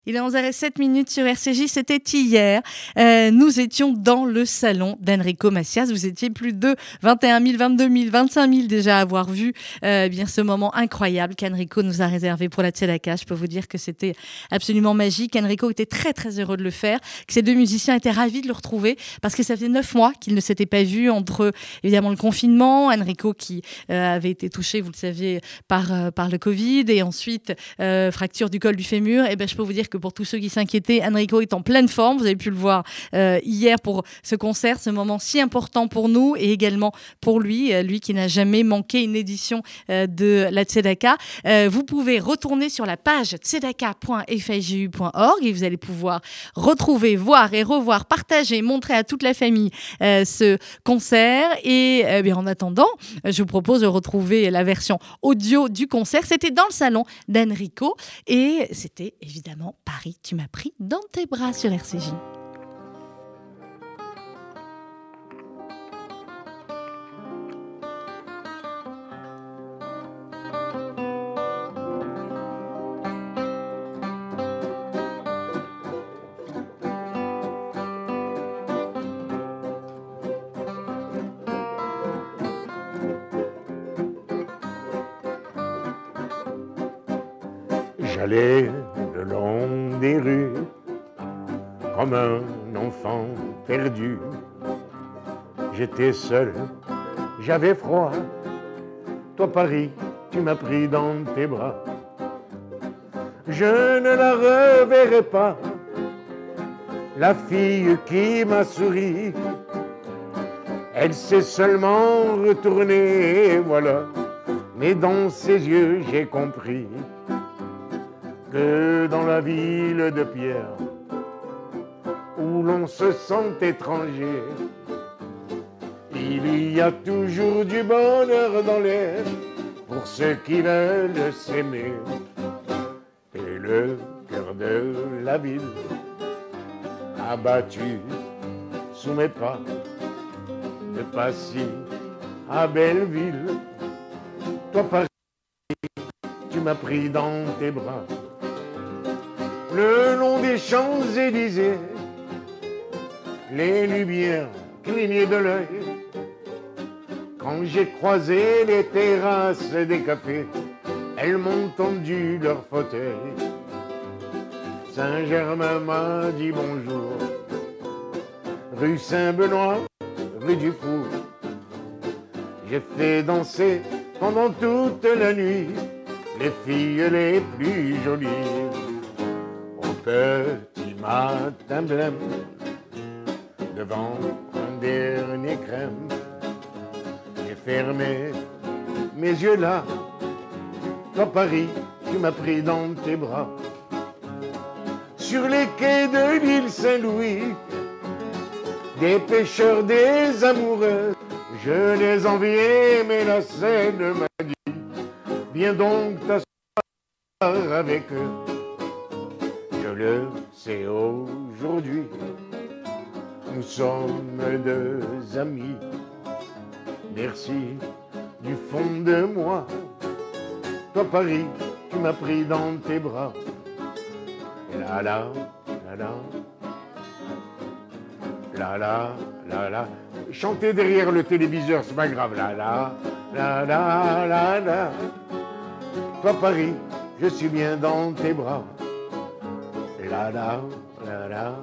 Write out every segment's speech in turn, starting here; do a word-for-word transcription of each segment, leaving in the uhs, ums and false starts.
Il est onze heures zéro sept minutes sur R C J, c'était hier. Euh, nous étions dans le salon d'Enrico Macias. Vous étiez plus de vingt et un mille, vingt-deux mille, vingt-cinq mille déjà à avoir vu euh, bien ce moment incroyable qu'Enrico nous a réservé pour la Tzedaka. Je peux vous dire que c'était absolument magique. Enrico était très très heureux de le faire, que ces deux musiciens étaient ravis de le retrouver parce que ça faisait neuf mois qu'ils ne s'étaient pas vus entre évidemment le confinement, Enrico qui euh, avait été touché, vous le saviez, par, euh, par le Covid et ensuite euh, fracture du col du fémur. Et ben je peux vous dire que pour tous ceux qui s'inquiétaient, Enrico est en pleine forme. Vous avez pu le voir euh, hier pour ce concert, ce moment si important pour nous et également pour lui, euh, lui qui n'a jamais manqué une édition euh, de la Tzedaka. Euh, vous pouvez retourner sur la page tzedaka point f i j u point org et vous allez pouvoir retrouver, voir et revoir, partager, montrer à toute la famille euh, ce concert. Et euh, bien, en attendant, je vous propose de retrouver la version audio du concert. C'était dans le salon d'Enrico et c'était évidemment Paris, tu m'as pris dans tes bras sur R C J. J'allais le long des rues comme un enfant perdu. J'étais seul, j'avais froid. Toi Paris, tu m'as pris dans tes bras. Je ne la reverrai pas, la fille qui m'a souri. Elle s'est seulement retournée, voilà. Mais dans ses yeux, j'ai compris que dans la ville de pierre, où l'on se sent étranger, il y a toujours du bonheur dans l'air pour ceux qui veulent s'aimer. Et le cœur de la ville, abattu sous mes pas, de Passy à Belleville, toi Paris, tu m'as pris dans tes bras. Le long des Champs-Élysées, les lumières clignaient de l'œil. Quand j'ai croisé les terrasses des cafés, elles m'ont tendu leur fauteuil. Saint-Germain m'a dit bonjour, rue Saint-Benoît, rue du Four. J'ai fait danser pendant toute la nuit les filles les plus jolies. Petit matin blême, devant un dernier crème, j'ai fermé mes yeux là. Toi Paris, tu m'as pris dans tes bras. Sur les quais de l'île Saint-Louis, des pêcheurs, des amoureux, je les enviais, mais la Seine m'a dit, viens donc t'asseoir avec eux. Je le sais aujourd'hui, nous sommes deux amis. Merci du fond de moi. Toi Paris, tu m'as pris dans tes bras. Et là là, là là, là là, là là. Chantez derrière le téléviseur, c'est pas grave. Là là, là là, là là. Toi Paris, je suis bien dans tes bras. La la la la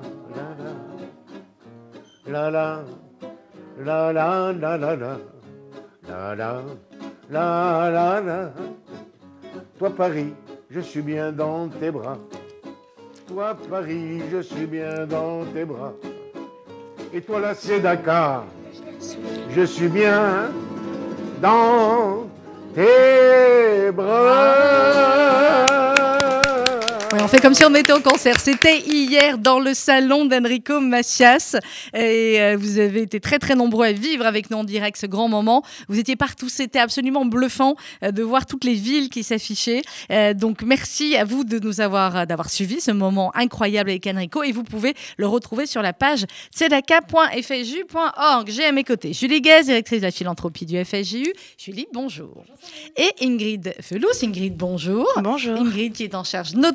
la la la la la la la la la la la la la. Toi Paris, je suis bien dans tes bras. Toi Paris, je suis bien dans tes bras. Et toi la Tzedaka, je suis bien dans tes bras. Ouais, on fait comme si on était au concert. C'était hier dans le salon d'Enrico Macias et euh, vous avez été très très nombreux à vivre avec nous en direct ce grand moment. Vous étiez partout, c'était absolument bluffant euh, de voir toutes les villes qui s'affichaient. Euh, donc merci à vous de nous avoir d'avoir suivi ce moment incroyable avec Enrico et vous pouvez le retrouver sur la page tzedaka point f i j u point org. J'ai à mes côtés Julie Guez, directrice de la philanthropie du F S J U. Julie, bonjour. Et Ingrid Felous. Ingrid, bonjour. Bonjour. Ingrid qui est en charge notamment du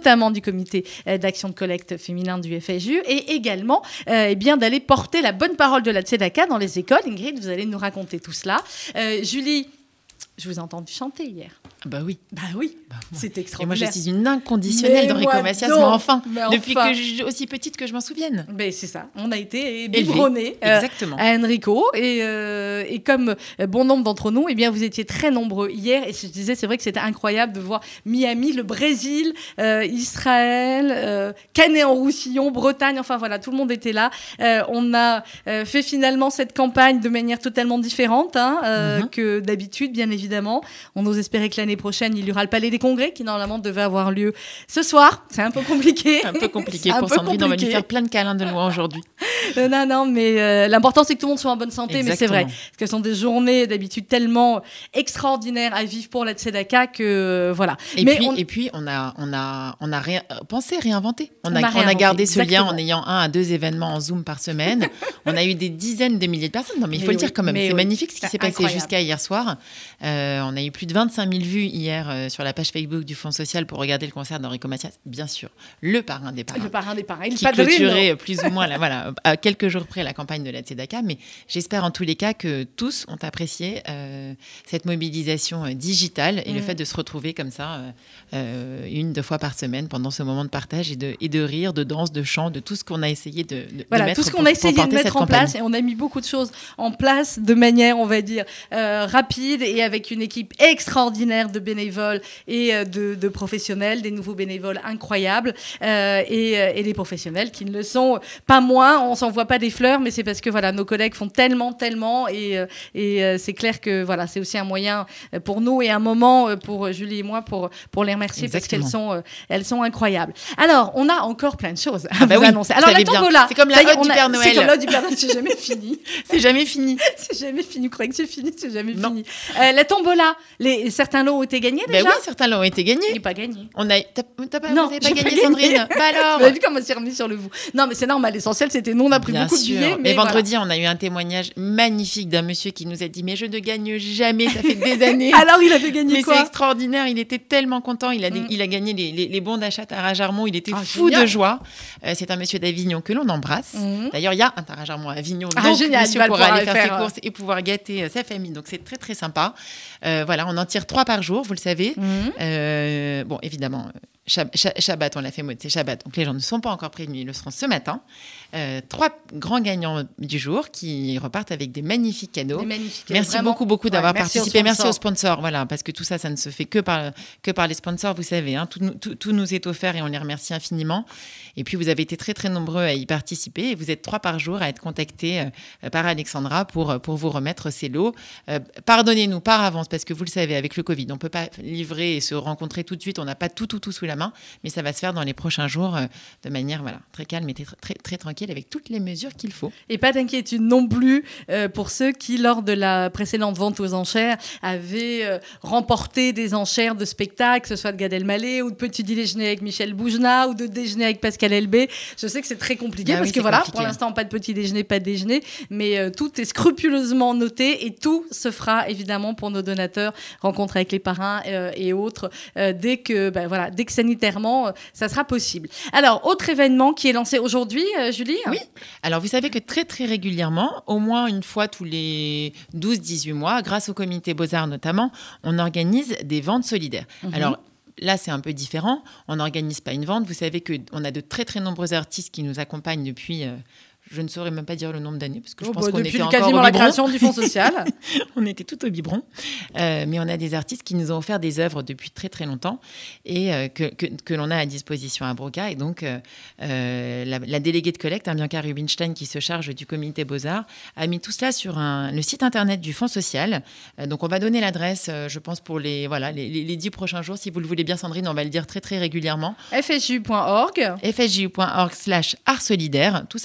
comité euh, d'action de collecte féminin du F S J U, et également euh, eh bien, d'aller porter la bonne parole de la Tzedaka dans les écoles. Ingrid, vous allez nous raconter tout cela. Euh, Julie, je vous ai entendu chanter hier. Bah oui. Bah oui, bah, c'est extraordinaire. Et moi, je suis une inconditionnelle d'Enrico Macias, mais enfin, mais depuis enfin. que je, aussi petite que je m'en souvienne. Ben, c'est ça, on a été biberonnés euh, à Enrico. Et, euh, et comme bon nombre d'entre nous, eh bien, vous étiez très nombreux hier. Et je disais, c'est vrai que c'était incroyable de voir Miami, le Brésil, euh, Israël, euh, Canet-en-Roussillon, Bretagne. Enfin voilà, tout le monde était là. Euh, on a euh, fait finalement cette campagne de manière totalement différente hein, euh, mm-hmm. que d'habitude, bien évidemment. On ose espérer que l'année prochaine, il y aura le Palais des Congrès qui normalement devait avoir lieu ce soir. C'est un peu compliqué. Un peu compliqué pour Sandrine. Compliqué. On va lui faire plein de câlins de loin aujourd'hui. Euh, non, non, mais euh, l'important c'est que tout le monde soit en bonne santé. Exactement. Mais c'est vrai, parce que ce sont des journées d'habitude tellement extraordinaires à vivre pour la Tzedaka que euh, voilà. Et mais puis, on... et puis on a, on a, on a ré... pensé réinventer. On, on, a, a, on réinventé, a gardé ce exactement. lien en ayant un à deux événements en Zoom par semaine. On a eu des dizaines de milliers de personnes. Non, mais il faut mais le oui, dire quand même. C'est oui. magnifique ce qui s'est passé jusqu'à hier soir. Euh, on a eu plus de vingt-cinq mille vues hier euh, sur la page Facebook du Fonds social pour regarder le concert d'Enrico Macias. Bien sûr, le parrain des parrains. Le parrain des parrains. Qui clôturait plus ou moins, la, voilà, à quelques jours près, la campagne de la Tzedaka. Mais j'espère en tous les cas que tous ont apprécié euh, cette mobilisation euh, digitale et mmh. le fait de se retrouver comme ça euh, euh, une, deux fois par semaine pendant ce moment de partage et de, et de rire, de danse, de chant, de tout ce qu'on a essayé de, de, voilà, de mettre tout ce qu'on pour, a essayé de mettre en campagne. place. Et on a mis beaucoup de choses en place de manière, on va dire, euh, rapide et avec une équipe extraordinaire de bénévoles et euh, de, de professionnels, des nouveaux bénévoles incroyables euh, et, euh, et des professionnels qui ne le sont pas moins. On s'envoie pas des fleurs, mais c'est parce que voilà, nos collègues font tellement, tellement et, euh, et euh, c'est clair que voilà, c'est aussi un moyen pour nous et un moment pour Julie et moi pour, pour les remercier. Exactement. Parce qu'elles sont, euh, elles sont incroyables. Alors, on a encore plein de choses à ah bah vous oui, annoncer. Alors, la tombola, c'est comme la hotte du Père Noël. C'est comme la hotte du Père Noël, c'est jamais fini. C'est jamais fini. C'est jamais fini. Vous croyez que c'est fini? C'est jamais non. fini. Euh, la tombola, les, certains lots ont été gagnés déjà? Ben oui, certains lots ont été gagnés. Il n'est pas gagné. On a, t'as, t'as pas, non, pas gagné, pas gagné, Sandrine. Bah alors. Vous avez vu comment on s'est remis sur le vous? Non, mais c'est normal. L'essentiel, c'était nous, on a pris Bien beaucoup sûr. de billets. Mais et voilà. vendredi, on a eu un témoignage magnifique d'un monsieur qui nous a dit mais je ne gagne jamais, ça fait des années. Alors, il avait gagné mais quoi? C'est extraordinaire. Il était tellement content. Il a, mm. il a gagné les, les, les bons d'achat Tarajarmon. Il était ah, fou génial. de joie. Euh, c'est un monsieur d'Avignon que l'on embrasse. Mm. D'ailleurs, il y a un Tarajarmon à Avignon. Ah, donc, génial, monsieur pourra aller faire, faire ses courses et pouvoir gâter euh, sa famille. Donc, c'est très, très sympa. Euh, voilà, on en tire trois par jour, vous le savez. Mm. Euh, bon, évidemment, Shab- Shabbat, on l'a fait, c'est Shabbat. Donc, les gens ne sont pas encore prévenus. Ils le seront ce matin. Euh, trois grands gagnants du jour qui repartent avec des magnifiques cadeaux. Des magnifiques merci vraiment. beaucoup, beaucoup d'avoir ouais, merci participé. aux merci aux sponsors. Voilà, parce que tout ça, ça ne se fait que par, que par les sponsors, vous savez. Hein, tout, tout, tout nous est offert et on les remercie infiniment. Et puis, vous avez été très, très nombreux à y participer. Et vous êtes trois par jour à être contactés euh, par Alexandra pour, pour vous remettre ces lots. Euh, pardonnez-nous par avance, parce que vous le savez, avec le Covid, on ne peut pas livrer et se rencontrer tout de suite. On n'a pas tout, tout, tout sous la main. Mais ça va se faire dans les prochains jours euh, de manière voilà, très calme et très, très, très tranquille avec toutes les mesures qu'il faut. Et pas d'inquiétude non plus euh, pour ceux qui, lors de la précédente vente aux enchères, avaient euh, remporté des enchères de spectacles, que ce soit de Gad Elmaleh ou de Petit Déjeuner avec Michel Boujna ou de Déjeuner avec Pascal Elbé. Je sais que c'est très compliqué ah parce oui, que voilà, compliqué. Pour l'instant, pas de Petit Déjeuner, pas de déjeuner, mais euh, tout est scrupuleusement noté et tout se fera évidemment pour nos donateurs, rencontres avec les parrains euh, et autres, euh, dès que, ben, voilà, dès que sanitairement, euh, ça sera possible. Alors, autre événement qui est lancé aujourd'hui, euh, Julie? Oui. Alors, vous savez que très, très régulièrement, au moins une fois tous les douze à dix-huit mois, grâce au comité Beaux-Arts notamment, on organise des ventes solidaires. Mmh. Alors, là, c'est un peu différent. On n'organise pas une vente. Vous savez qu'on a de très, très nombreux artistes qui nous accompagnent depuis... Euh, je ne saurais même pas dire le nombre d'années parce que je oh pense bah, qu'on était encore quasiment au la création du Fonds social. On était tout au biberon. Euh, mais on a des artistes qui nous ont offert des œuvres depuis très très longtemps et euh, que, que, que l'on a à disposition à Broca. Et donc, euh, euh, la, la déléguée de collecte, hein, Bianca Rubinstein, qui se charge du comité Beaux-Arts, a mis tout cela sur un, le site internet du Fonds social. Euh, donc, on va donner l'adresse, euh, je pense, pour les, voilà, les, les, les dix prochains jours. Si vous le voulez bien, Sandrine, on va le dire très très régulièrement. f s j u point org f s j u point org slash art solidaire, tout simplement.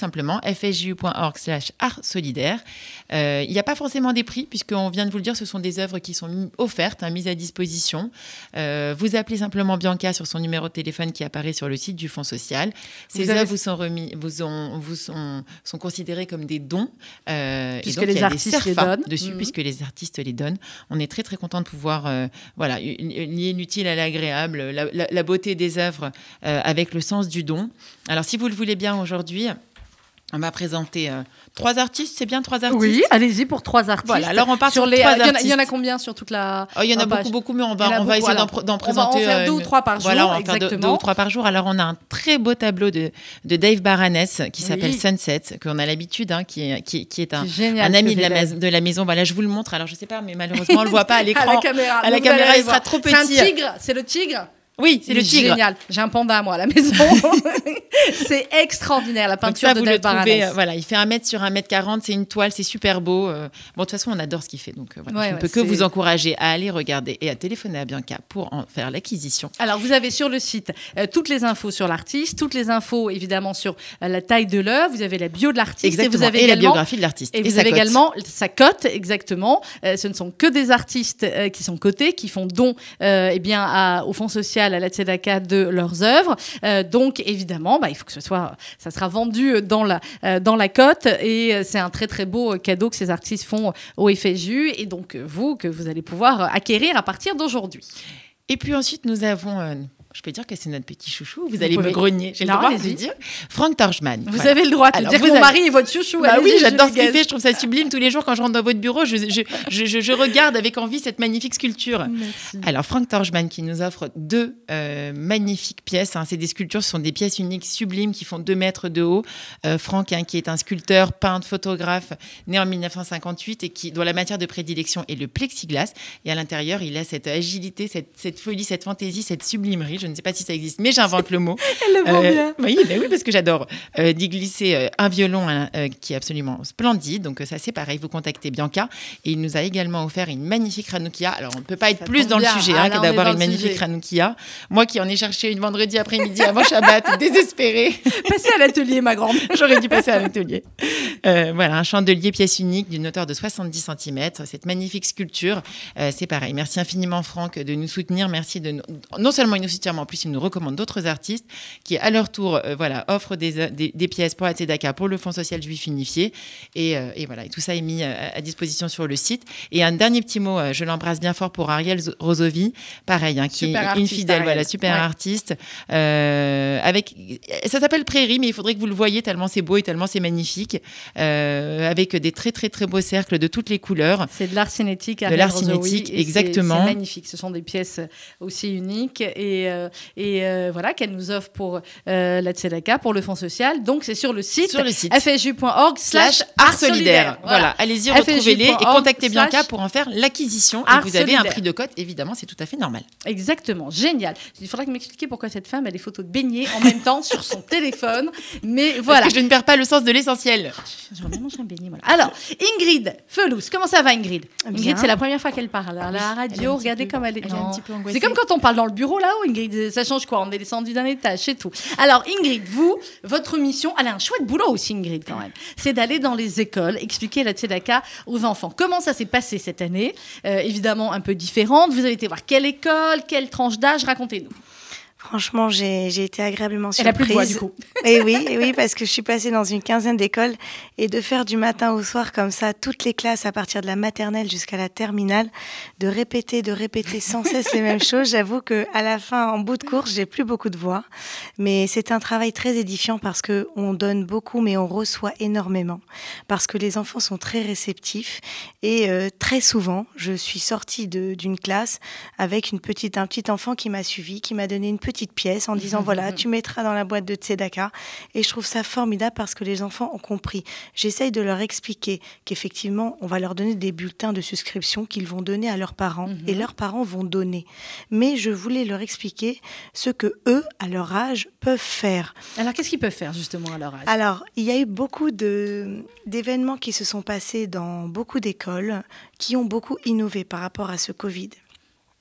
f s j u point org slash art solidaire. Euh, il n'y a pas forcément des prix, puisqu'on vient de vous le dire, ce sont des œuvres qui sont mis, offertes, hein, mises à disposition. Euh, vous appelez simplement Bianca sur son numéro de téléphone qui apparaît sur le site du Fonds social. Ces vous œuvres avez... vous sont, remis, vous ont, vous sont, sont considérées comme des dons. Euh, puisque et donc, les il y a artistes des les CERFA donnent. dessus, mmh. puisque les artistes les donnent. On est très, très content de pouvoir euh, voilà, lier l'utile à l'agréable, la, la, la beauté des œuvres euh, avec le sens du don. Alors, si vous le voulez bien, aujourd'hui, on va présenter euh, trois artistes. C'est bien trois artistes? Oui, allez-y pour trois artistes. Voilà, alors on part sur, sur les trois il y, en a, artistes. il y en a combien sur toute la oh, Il y en a beaucoup, page. beaucoup, mais on va, on on va beaucoup, essayer alors, d'en, d'en présenter. On va en faire euh, deux ou trois par jour, voilà, on va exactement. faire deux, deux ou trois par jour. Alors, on a un très beau tableau de, de Dave Baranès qui s'appelle oui. Sunset, qu'on a l'habitude, hein, qui, est, qui, qui est un, génial, un ami de la, mais, de la maison. Voilà, je vous le montre. Alors, je ne sais pas, mais malheureusement, on ne le voit pas à l'écran. à la caméra. À la caméra, il sera trop petit. C'est un tigre, c'est le tigre. Oui, c'est le tigre. Génial. J'ai un panda, moi, à la maison. C'est extraordinaire, la peinture ça, de vous Dave le trouvez, Baranès. euh, voilà, il fait un mètre sur un mètre quarante, c'est une toile, c'est super beau. Euh, bon, de toute façon, on adore ce qu'il fait. Donc, euh, voilà, ouais, je ne ouais, peux que c'est... vous encourager à aller regarder et à téléphoner à Bianca pour en faire l'acquisition. Alors, vous avez sur le site euh, toutes les infos sur l'artiste, toutes les infos, évidemment, sur euh, la taille de l'œuvre. Vous avez la bio de l'artiste. Exactement. Et, vous avez et également... la biographie de l'artiste. Et, et vous sa avez cote. également sa cote, exactement. Euh, ce ne sont que des artistes euh, qui sont cotés, qui font don euh, eh bien, à, au Fonds social, à la Tzedaka de leurs œuvres. Euh, donc, évidemment, bah, il faut que ce soit, ça sera vendu dans la, euh, dans la cote. Et euh, c'est un très, très beau cadeau que ces artistes font au F S J U. Et donc, vous, que vous allez pouvoir acquérir à partir d'aujourd'hui. Et puis ensuite, nous avons... Euh, je peux dire que c'est notre petit chouchou. Vous, vous allez pouvez... me grogner. J'ai non, le droit allez-y. de dire. Franck Torjman. Vous voilà. avez le droit de Alors, dire que vous mon avez... mari est votre chouchou. Bah oui, j'adore ce qu'il gaz. fait. Je trouve ça sublime. Tous les jours, quand je rentre dans votre bureau, je, je, je, je, je regarde avec envie cette magnifique sculpture. Merci. Alors, Franck Torjman qui nous offre deux euh, magnifiques pièces. Hein. C'est des sculptures, ce sont des pièces uniques, sublimes, qui font deux mètres de haut. Euh, Franck, hein, qui est un sculpteur, peintre, photographe, né en dix-neuf cent cinquante-huit et qui, dont la matière de prédilection est le plexiglas. Et à l'intérieur, il a cette agilité, cette, cette folie, cette fantaisie, cette sublimerie. Je ne sais pas si ça existe, mais j'invente le mot. Elle le vend euh, bien. Oui, bah oui, parce que j'adore euh, d'y glisser euh, un violon hein, euh, qui est absolument splendide. Donc, euh, ça, c'est pareil. Vous contactez Bianca. Et il nous a également offert une magnifique ranoukia. Alors, on ne peut pas être Ça plus tombe dans bien. le sujet Ah, hein, là, que on est d'avoir dans une le magnifique sujet. ranoukia. Moi qui en ai cherché une vendredi après-midi avant Shabbat, désespérée. Passez à l'atelier, ma grande. J'aurais dû passer à l'atelier. Euh, voilà, un chandelier pièce unique d'une hauteur de soixante-dix centimètres. Cette magnifique sculpture, euh, c'est pareil. Merci infiniment, Franck, de nous soutenir. Merci de nous... Non seulement il nous soutient, mais en plus, il nous recommande d'autres artistes qui, à leur tour, euh, voilà, offrent des, des, des pièces pour la Tzedaka, pour le Fonds social juif unifié. Et, euh, et voilà, et tout ça est mis à, à disposition sur le site. Et un dernier petit mot, euh, je l'embrasse bien fort pour Ariel Rosovi, pareil, hein, qui Super est artiste, une fidèle, Ariel. voilà, super Ouais. artiste. Euh, avec, ça s'appelle Prairie, mais il faudrait que vous le voyiez tellement c'est beau et tellement c'est magnifique. Euh, avec des très, très, très beaux cercles de toutes les couleurs. C'est de l'art cinétique. De l'art cinétique, exactement. C'est magnifique. Ce sont des pièces aussi uniques et, euh, et euh, voilà qu'elle nous offre pour euh, la Tzedaka, pour le Fonds social. Donc, c'est sur le site, Sur le site. f s j u point org slash art solidaire. Voilà, allez-y, retrouvez-les et contactez Bianca pour en faire l'acquisition. Et art vous avez un solidaire. prix de cote, évidemment, c'est tout à fait normal. Exactement, génial. Il faudra que m'expliquiez pourquoi cette femme a des photos de beignets en même temps sur son téléphone. Mais voilà. Parce que je ne perds pas le sens de l'essentiel. J'aimerais bien manger un beignet, voilà. Alors, Ingrid Felous, comment ça va, Ingrid? Bien. Ingrid, c'est la première fois qu'elle parle à la elle est un radio. petit Regardez peu- comme elle est. elle est un Non. petit peu angoissée. C'est comme quand on parle dans le bureau là-haut, Ingrid. Ça change quoi? On est descendu d'un étage, c'est tout. Alors, Ingrid, vous, votre mission, elle a un chouette boulot aussi, Ingrid, quand même. C'est d'aller dans les écoles, expliquer la Tzedaka aux enfants. Comment ça s'est passé cette année? Euh, Évidemment, un peu différente. Vous avez été voir quelle école, quelle tranche d'âge? Racontez-nous. Franchement, j'ai j'ai été agréablement Elle a plus surprise. de voix, du coup. Et oui, et oui, parce que je suis passée dans une quinzaine d'écoles et de faire du matin au soir comme ça, toutes les classes à partir de la maternelle jusqu'à la terminale, de répéter, de répéter sans cesse les mêmes choses. J'avoue que à la fin, en bout de course, j'ai plus beaucoup de voix, mais c'est un travail très édifiant parce que on donne beaucoup, mais on reçoit énormément, parce que les enfants sont très réceptifs et euh, très souvent, je suis sortie de- d'une classe avec une petite, un petit enfant qui m'a suivi, qui m'a donné une petite pièce en disant voilà, tu mettras dans la boîte de Tzedaka. Et je trouve ça formidable parce que les enfants ont compris. J'essaye de leur expliquer qu'effectivement, on va leur donner des bulletins de souscription qu'ils vont donner à leurs parents Mhm. et leurs parents vont donner. Mais je voulais leur expliquer ce que eux, à leur âge, peuvent faire. Alors, qu'est-ce qu'ils peuvent faire justement à leur âge? Alors, il y a eu beaucoup de, d'événements qui se sont passés dans beaucoup d'écoles qui ont beaucoup innové par rapport à ce Covid.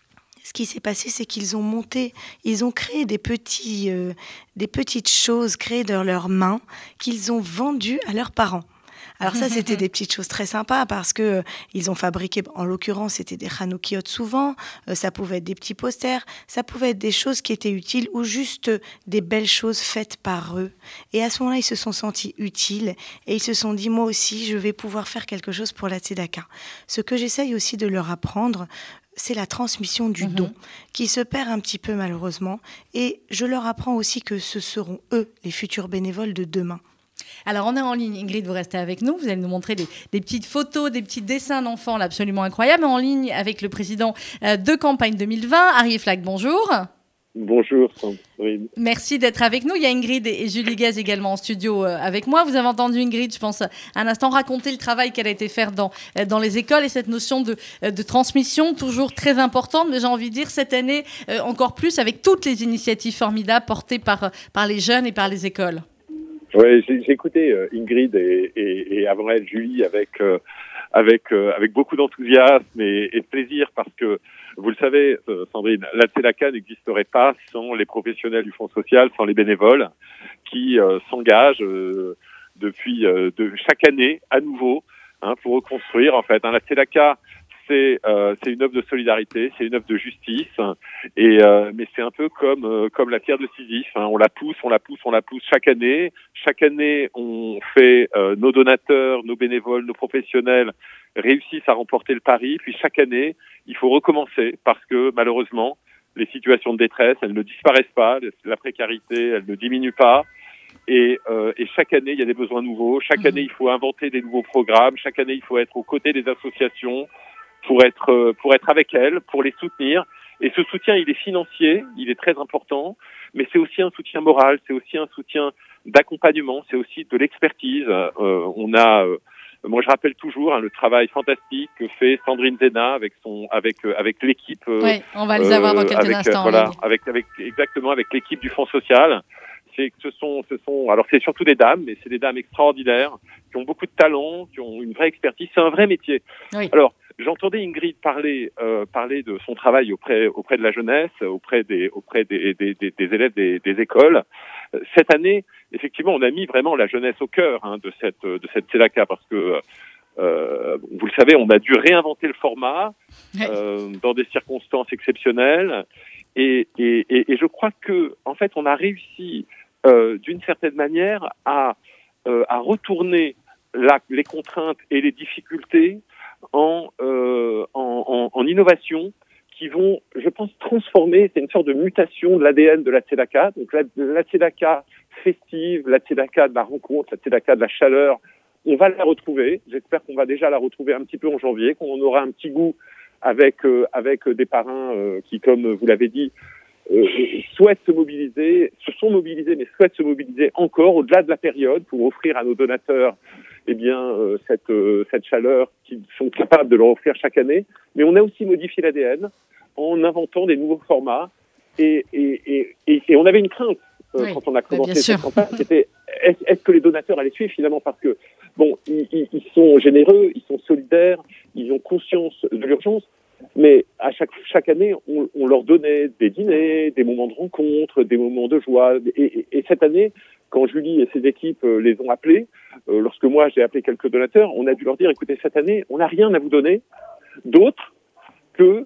ce qui s'est passé, c'est qu'ils ont monté, ils ont créé des petits, euh, des petites choses créées de leurs mains qu'ils ont vendues à leurs parents. Alors ça, c'était des petites choses très sympas parce que euh, ils ont fabriqué, en l'occurrence, c'était des Hanoukiot souvent, euh, ça pouvait être des petits posters, ça pouvait être des choses qui étaient utiles ou juste euh, des belles choses faites par eux. Et à ce moment-là, ils se sont sentis utiles et ils se sont dit, moi aussi, je vais pouvoir faire quelque chose pour la Tzedaka. Ce que j'essaye aussi de leur apprendre, c'est la transmission du mmh. don, qui se perd un petit peu malheureusement. Et je leur apprends aussi que ce seront eux, les futurs bénévoles de demain. Alors, on est en ligne. Ingrid, vous restez avec nous. Vous allez nous montrer des, des petites photos, des petits dessins d'enfants là, absolument incroyables. En ligne avec le président euh, de Campagne deux mille vingt, Arié Flack. Bonjour. Bonjour, Sandrine. Merci d'être avec nous. Il y a Ingrid et Julie Gaz également en studio euh, avec moi. Vous avez entendu Ingrid, je pense, un instant raconter le travail qu'elle a été faire dans, euh, dans les écoles et cette notion de, euh, de transmission, toujours très importante, mais j'ai envie de dire cette année euh, encore plus avec toutes les initiatives formidables portées par, par les jeunes et par les écoles. Oui, j'ai, j'ai écouté euh, Ingrid et, et, et avant elle Julie avec euh, avec euh, avec beaucoup d'enthousiasme et, et de plaisir parce que vous le savez, euh, Sandrine, la Tzedaka n'existerait pas sans les professionnels du Fonds social, sans les bénévoles qui euh, s'engagent euh, depuis euh, de chaque année à nouveau hein, pour reconstruire en fait. Hein, la Tzedaka, c'est euh, c'est une œuvre de solidarité, c'est une œuvre de justice, et euh, mais c'est un peu comme euh, comme la pierre de Sisyphe. Hein, on la pousse, on la pousse, on la pousse chaque année. Chaque année, on fait euh, nos donateurs, nos bénévoles, nos professionnels réussissent à remporter le pari. Puis chaque année, il faut recommencer parce que malheureusement, les situations de détresse, elles ne disparaissent pas, la précarité, elle ne diminue pas. Et, euh, et chaque année, il y a des besoins nouveaux. Chaque mmh. année, il faut inventer des nouveaux programmes. Chaque année, il faut être aux côtés des associations pour être pour être avec elles, pour les soutenir. Et ce soutien, il est financier, il est très important, mais c'est aussi un soutien moral, c'est aussi un soutien d'accompagnement, c'est aussi de l'expertise. Euh, on a, euh, moi je rappelle toujours hein, le travail fantastique que fait Sandrine Zena avec son avec euh, avec l'équipe. Euh, oui, on va les avoir dans quelques avec, instants. Voilà, avec avec exactement avec l'équipe du Fonds social. C'est que ce sont ce sont alors c'est surtout des dames, mais c'est des dames extraordinaires qui ont beaucoup de talent, qui ont une vraie expertise. C'est un vrai métier. Oui. Alors j'entendais Ingrid parler euh, parler de son travail auprès auprès de la jeunesse, auprès des auprès des des, des, des élèves des, des écoles. Cette année, effectivement, on a mis vraiment la jeunesse au cœur hein, de cette de cette Tzedaka parce que euh, vous le savez, on a dû réinventer le format euh, dans des circonstances exceptionnelles et, et et et je crois que en fait, on a réussi euh, d'une certaine manière à euh, à retourner la, les contraintes et les difficultés En, euh, en, en, en innovation qui vont, je pense, transformer, c'est une sorte de mutation de l'A D N de la Tzedaka. Donc la, la Tzedaka festive, la Tzedaka de la rencontre, la Tzedaka de la chaleur, on va la retrouver. J'espère qu'on va déjà la retrouver un petit peu en janvier, qu'on aura un petit goût avec euh, avec des parrains euh, qui, comme vous l'avez dit, euh, souhaitent se mobiliser, se sont mobilisés, mais souhaitent se mobiliser encore au-delà de la période pour offrir à nos donateurs eh bien, euh, cette, euh, cette chaleur qu'ils sont capables de leur offrir chaque année. Mais on a aussi modifié l'A D N en inventant des nouveaux formats. Et, et, et, et, et on avait une crainte euh, oui, quand on a commencé bah cette campagne, c'était est-ce, est-ce que les donateurs allaient suivre finalement parce que, bon, ils, ils, ils sont généreux, ils sont solidaires, ils ont conscience de l'urgence. Mais à chaque, chaque année, on, on leur donnait des dîners, des moments de rencontre, des moments de joie. Et, et, et cette année, quand Julie et ses équipes euh, les ont appelés, euh, lorsque moi j'ai appelé quelques donateurs, on a dû leur dire, écoutez, cette année, on n'a rien à vous donner d'autre que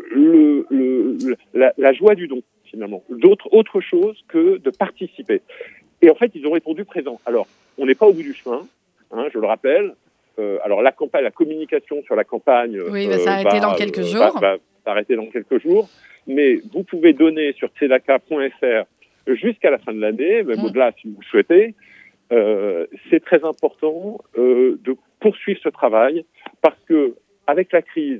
le, le, la, la joie du don, finalement. D'autre, autre chose que de participer. Et en fait, ils ont répondu présent. Alors, on n'est pas au bout du chemin, hein, je le rappelle. Euh, alors, la campagne, la communication sur la campagne oui, va s'arrêter euh, dans quelques euh, jours. Va, va s'arrêter dans quelques jours. Mais vous pouvez donner sur tzedaka point f r jusqu'à la fin de l'année, même mmh. au-delà si vous le souhaitez. Euh, c'est très important euh, de poursuivre ce travail parce que avec la crise,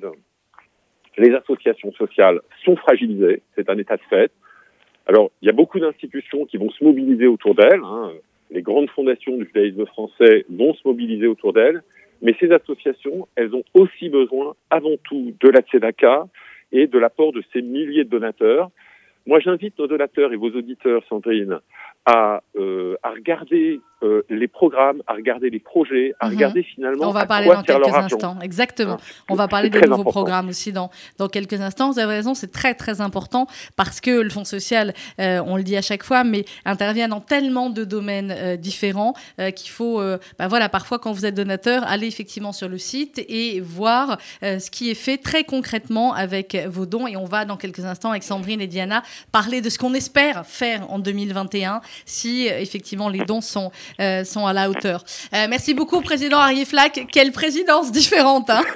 les associations sociales sont fragilisées. C'est un état de fait. Alors, il y a beaucoup d'institutions qui vont se mobiliser autour d'elles. Hein. Les grandes fondations du judaïsme français vont se mobiliser autour d'elles. Mais ces associations, elles ont aussi besoin, avant tout, de la tzedaka et de l'apport de ces milliers de donateurs. Moi, j'invite nos donateurs et vos auditeurs, Sandrine, à, euh, à regarder euh, les programmes, à regarder les projets, à mmh. regarder finalement On va à parler quoi dans sert quelques leur instants, argent. exactement. Hein, on va parler des nouveaux important. programmes aussi dans, dans quelques instants. Vous avez raison, c'est très très important parce que le Fonds social, euh, on le dit à chaque fois, mais intervient dans tellement de domaines euh, différents euh, qu'il faut, euh, bah voilà, parfois quand vous êtes donateur, aller effectivement sur le site et voir euh, ce qui est fait très concrètement avec vos dons. Et on va dans quelques instants avec Sandrine et Diana parler de ce qu'on espère faire en deux mille vingt et un si euh, effectivement les dons sont, euh, sont à la hauteur. Euh, merci beaucoup, Président Arié Flack. Quelle présidence différente, hein.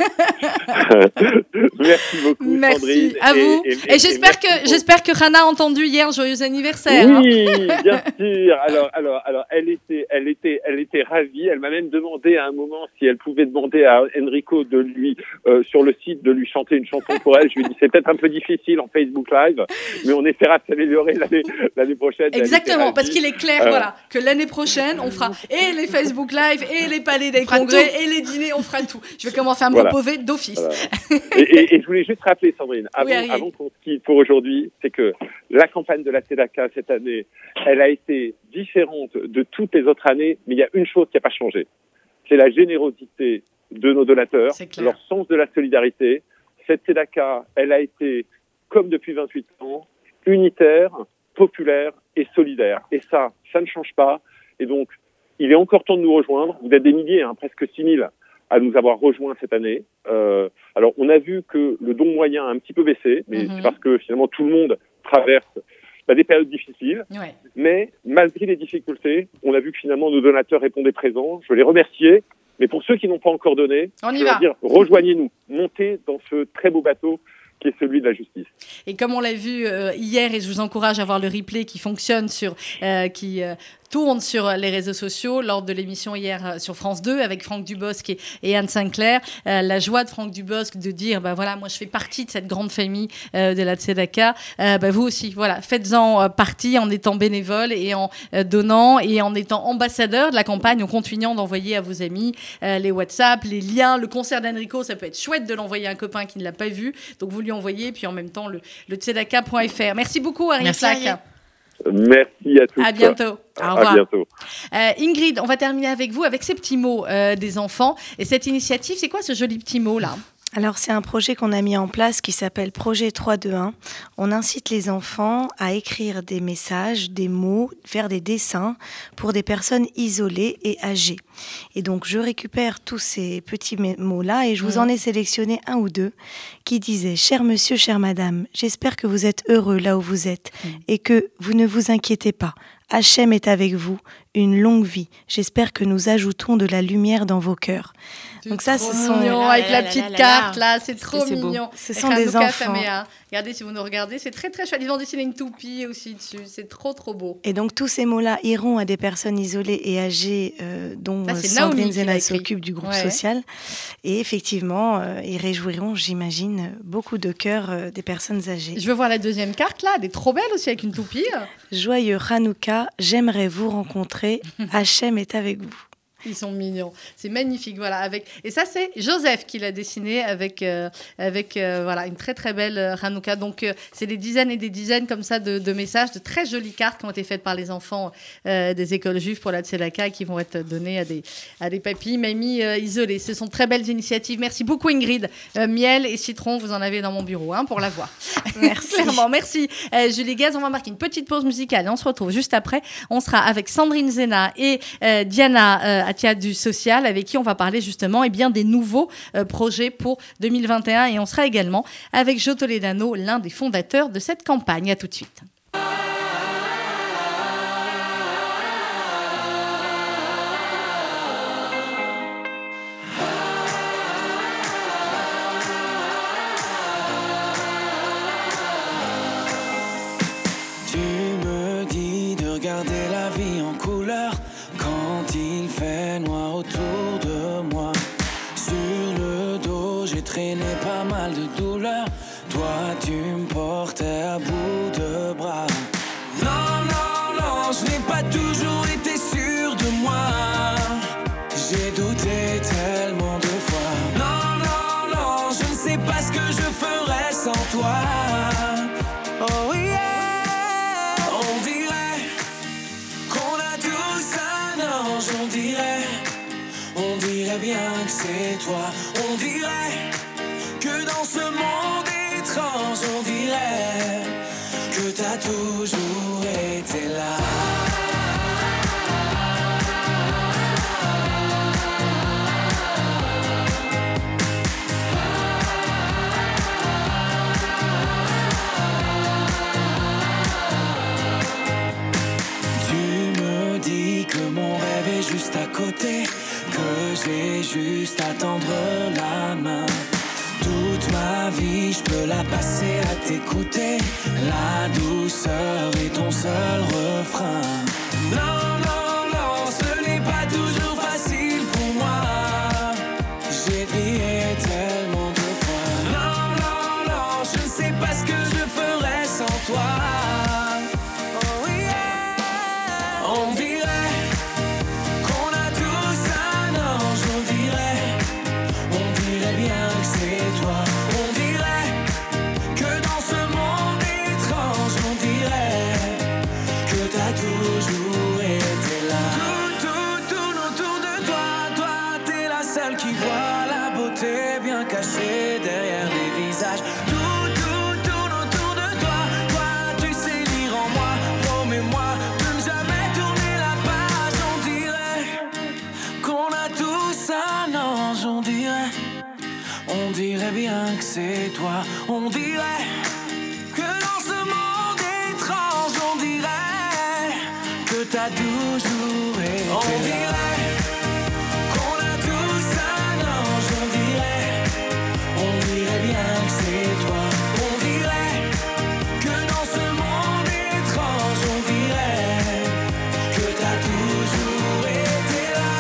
Merci beaucoup, merci Sandrine. à vous. Et, et, et, et j'espère, que, beaucoup. j'espère que Rana a entendu hier joyeux anniversaire. Oui, hein. bien sûr. Alors, alors, alors, elle était, elle était, elle était ravie. Elle m'a même demandé à un moment si elle pouvait demander à Enrico de lui, euh, sur le site, de lui chanter une chanson pour elle. Je lui ai dit c'est peut-être un peu difficile en Facebook Live, mais on essaiera de s'améliorer l'année, l'année prochaine. Exactement, parce qu'il est clair, euh... voilà, que l'année prochaine, on fera et les Facebook Live, et les palais des congrès, tout. et les dîners, on fera tout. Je vais commencer à me voilà. reposer d'office. Voilà. et, et, et je voulais juste rappeler, Sandrine, avant, oui, avant qu'on se quitte pour aujourd'hui, c'est que la campagne de la Tzedaka cette année, elle a été différente de toutes les autres années, mais il y a une chose qui n'a pas changé. C'est la générosité de nos donateurs, leur sens de la solidarité. Cette Tzedaka, elle a été, comme depuis vingt-huit ans, unitaire, populaire et solidaire. Et ça, ça ne change pas. Et donc, il est encore temps de nous rejoindre. Vous êtes des milliers, hein, presque six mille, à nous avoir rejoints cette année. Euh, alors, on a vu que le don moyen a un petit peu baissé, mais mm-hmm. c'est parce que finalement, tout le monde traverse bah, des périodes difficiles. Ouais. Mais malgré les difficultés, on a vu que finalement, nos donateurs répondaient présents. Je veux les remercier. Mais pour ceux qui n'ont pas encore donné, on y je va. veux dire, rejoignez-nous. Montez dans ce très beau bateau qui est celui de la justice. Et comme on l'a vu euh, hier, et je vous encourage à voir le replay qui fonctionne sur, euh, qui euh, tourne sur les réseaux sociaux lors de l'émission hier sur France deux avec Franck Dubosc et, et Anne Sinclair, euh, la joie de Franck Dubosc de dire, bah voilà, moi je fais partie de cette grande famille euh, de la Tzedaka. Euh, bah vous aussi, voilà, faites-en euh, partie en étant bénévole et en euh, donnant et en étant ambassadeur de la campagne, en continuant d'envoyer à vos amis euh, les WhatsApp, les liens, le concert d'Enrico, ça peut être chouette de l'envoyer à un copain qui ne l'a pas vu, donc vous lui envoyez, puis en même temps le, le tzedaka point f r. Merci beaucoup, Arié Flack. Merci à tous. À bientôt. Au revoir. À bientôt. Euh, Ingrid, on va terminer avec vous, avec ces petits mots euh, des enfants. Et cette initiative, c'est quoi ce joli petit mot-là ? Alors, c'est un projet qu'on a mis en place qui s'appelle Projet trois deux un. On incite les enfants à écrire des messages, des mots, faire des dessins pour des personnes isolées et âgées. Et donc, je récupère tous ces petits mots-là et je vous mmh. en ai sélectionné un ou deux qui disaient « Cher monsieur, chère madame, j'espère que vous êtes heureux là où vous êtes mmh. et que vous ne vous inquiétez pas. Hachem est avec vous, une longue vie. J'espère que nous ajoutons de la lumière dans vos cœurs. » Donc ça, ce sont mignon, avec la petite carte là, c'est trop c'est mignon. Beau. Ce sont des enfants. Famea. Regardez si vous nous regardez, c'est très très chouette. Ils ont dessiné une toupie aussi dessus, c'est trop trop beau. Et donc tous ces mots-là iront à des personnes isolées et âgées euh, dont ça, Sandrine Zena s'occupe du groupe ouais. social. Et effectivement, euh, ils réjouiront, j'imagine, beaucoup de cœurs euh, des personnes âgées. Je veux voir la deuxième carte là, elle est trop belle aussi avec une toupie. Joyeux Hanouka, j'aimerais vous rencontrer. Hachem est avec vous. Ils sont mignons, c'est magnifique, voilà. Avec et ça c'est Joseph qui l'a dessiné avec euh, avec euh, voilà une très très belle euh, Hanouka. Donc euh, c'est des dizaines et des dizaines comme ça de, de messages, de très jolies cartes qui ont été faites par les enfants euh, des écoles juives pour la Tzedaka et qui vont être données à des à des papis, mamies euh, isolés. Ce sont très belles initiatives. Merci beaucoup Ingrid. Euh, miel et citron, vous en avez dans mon bureau hein, pour la voir. Merci. Clairement, merci euh, Julie Gaz. On va marquer une petite pause musicale et on se retrouve juste après. On sera avec Sandrine Zena et euh, Diana. Euh, Atia du social, avec qui on va parler justement eh bien, des nouveaux euh, projets pour deux mille vingt et un. Et on sera également avec Joe Toledano, l'un des fondateurs de cette campagne. À tout de suite. Tu me dis de regarder la vie en couleur quand il fait noir autour de moi. Sur le dos, j'ai traîné pas mal de douleurs. Toi, tu me portais à bout de bras. Non, non, non, je n'ai pas toujours été sûr de moi. J'ai douté tellement de fois. Non, non, non, je ne sais pas ce que je ferais sans toi. Oh yeah, on dirait qu'on a tous un ange étrange, on dirait, on dirait bien que c'est toi. On dirait que dans ce monde étrange, on dirait que t'as toujours été là. Juste à côté, que j'ai juste à tendre la main. Toute ma vie, je peux la passer à t'écouter. La douceur est ton seul refrain. Non, non, non, ce n'est pas toujours facile pour moi. J'ai prié tellement de fois. Non, non, non, je ne sais pas ce que je ferais sans toi. Oh yeah, on dirait bien que c'est toi, on dirait que dans ce monde étrange, on dirait que t'as toujours été là. On dirait qu'on a tous un ange, on dirait, on dirait bien que c'est toi. On dirait que dans ce monde étrange, on dirait que t'as toujours été là.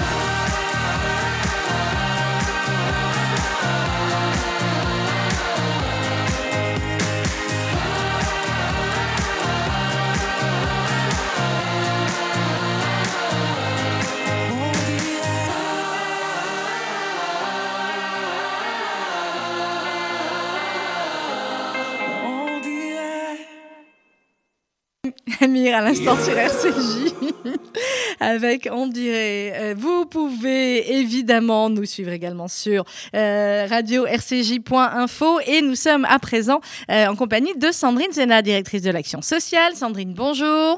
Amir à l'instant sur R C J avec on dirait euh, vous pouvez évidemment nous suivre également sur euh, radio r c j point info et nous sommes à présent euh, en compagnie de Sandrine Zena, directrice de l'action sociale. Sandrine, bonjour.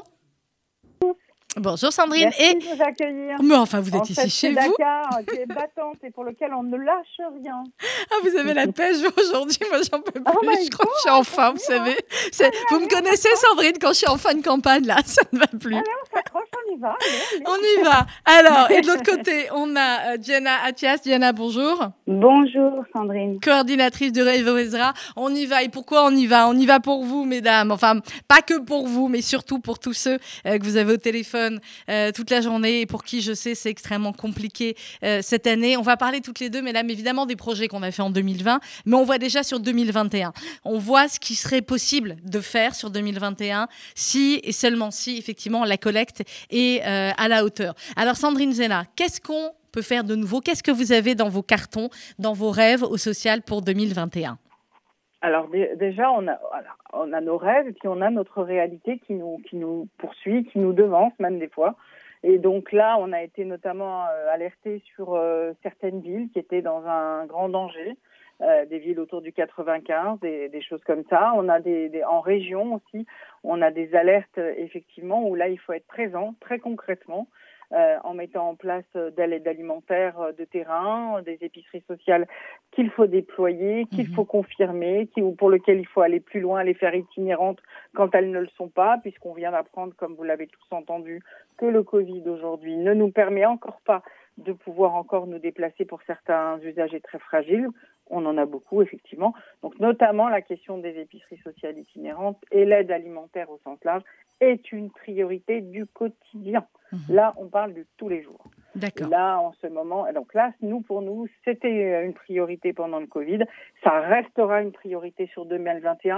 Bonjour Sandrine. Merci et... de nous accueillir. Mais enfin, vous êtes en ici fait, chez c'est vous. Dakar, qui est battante et pour lequel on ne lâche rien. Ah, vous avez la pêche aujourd'hui, moi j'en peux plus. Oh je crois que je suis en fin, vous savez. C'est... Vous me connaissez Sandrine quand je suis en fin de campagne, là, ça ne va plus. Allez, on s'accroche, on y va. Allez, allez. On y va. Alors, et de l'autre côté, on a euh, Diana Attias. Diana, bonjour. Bonjour Sandrine. Coordinatrice de Réveil Ezra. On y va. Et pourquoi on y va? On y va pour vous, mesdames. Enfin, pas que pour vous, mais surtout pour tous ceux euh, que vous avez au téléphone euh, toute la journée et pour qui, je sais, c'est extrêmement compliqué euh, cette année. On va parler toutes les deux, mesdames, évidemment, des projets qu'on a fait en deux mille vingt, mais on voit déjà sur deux mille vingt et un. On voit ce qui serait possible de faire sur deux mille vingt et un si et seulement si, effectivement, la collecte est euh, à la hauteur. Alors, Sandrine Zena, qu'est-ce qu'on peut faire de nouveau? Qu'est-ce que vous avez dans vos cartons, dans vos rêves au social pour deux mille vingt et un? Alors d- déjà, on a, voilà, on a nos rêves et puis on a notre réalité qui nous, qui nous poursuit, qui nous devance même des fois. Et donc là, on a été notamment euh, alertés sur euh, certaines villes qui étaient dans un grand danger, euh, des villes autour du quatre-vingt-quinze, des, des choses comme ça. On a des, des en région aussi, on a des alertes effectivement où là, il faut être présent très concrètement. Euh, en mettant en place euh, de l'aide alimentaire euh, de terrain, euh, des épiceries sociales qu'il faut déployer, qu'il mmh. faut confirmer, qui, ou pour lesquelles il faut aller plus loin, les faire itinérantes quand elles ne le sont pas, puisqu'on vient d'apprendre, comme vous l'avez tous entendu, que le Covid aujourd'hui ne nous permet encore pas de pouvoir encore nous déplacer pour certains usagers très fragiles. On en a beaucoup, effectivement. Donc, notamment, la question des épiceries sociales itinérantes et l'aide alimentaire au sens large est une priorité du quotidien. Mmh. Là, on parle de tous les jours. D'accord. Là, en ce moment, donc là, nous, pour nous, c'était une priorité pendant le Covid. Ça restera une priorité sur deux mille vingt et un.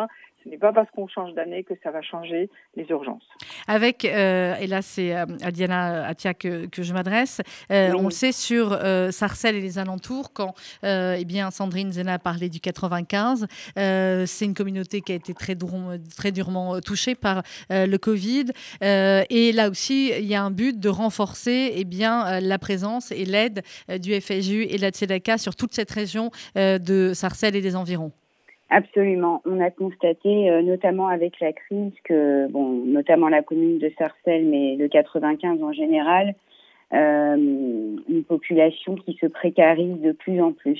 Ce n'est pas parce qu'on change d'année que ça va changer les urgences. Avec, euh, et là c'est à Diana Atia que, que je m'adresse, euh, oui. on le sait sur euh, Sarcelles et les alentours, quand euh, eh bien, Sandrine Zena a parlé du quatre-vingt-quinze, euh, c'est une communauté qui a été très, dur, très durement touchée par euh, le Covid. Euh, et là aussi, il y a un but de renforcer eh bien, euh, la présence et l'aide euh, du F S J U et de la Tzedaka sur toute cette région euh, de Sarcelles et des environs. Absolument. On a constaté, euh, notamment avec la crise, que, bon, notamment la commune de Sarcelles, mais le quatre-vingt-quinze en général, euh, une population qui se précarise de plus en plus.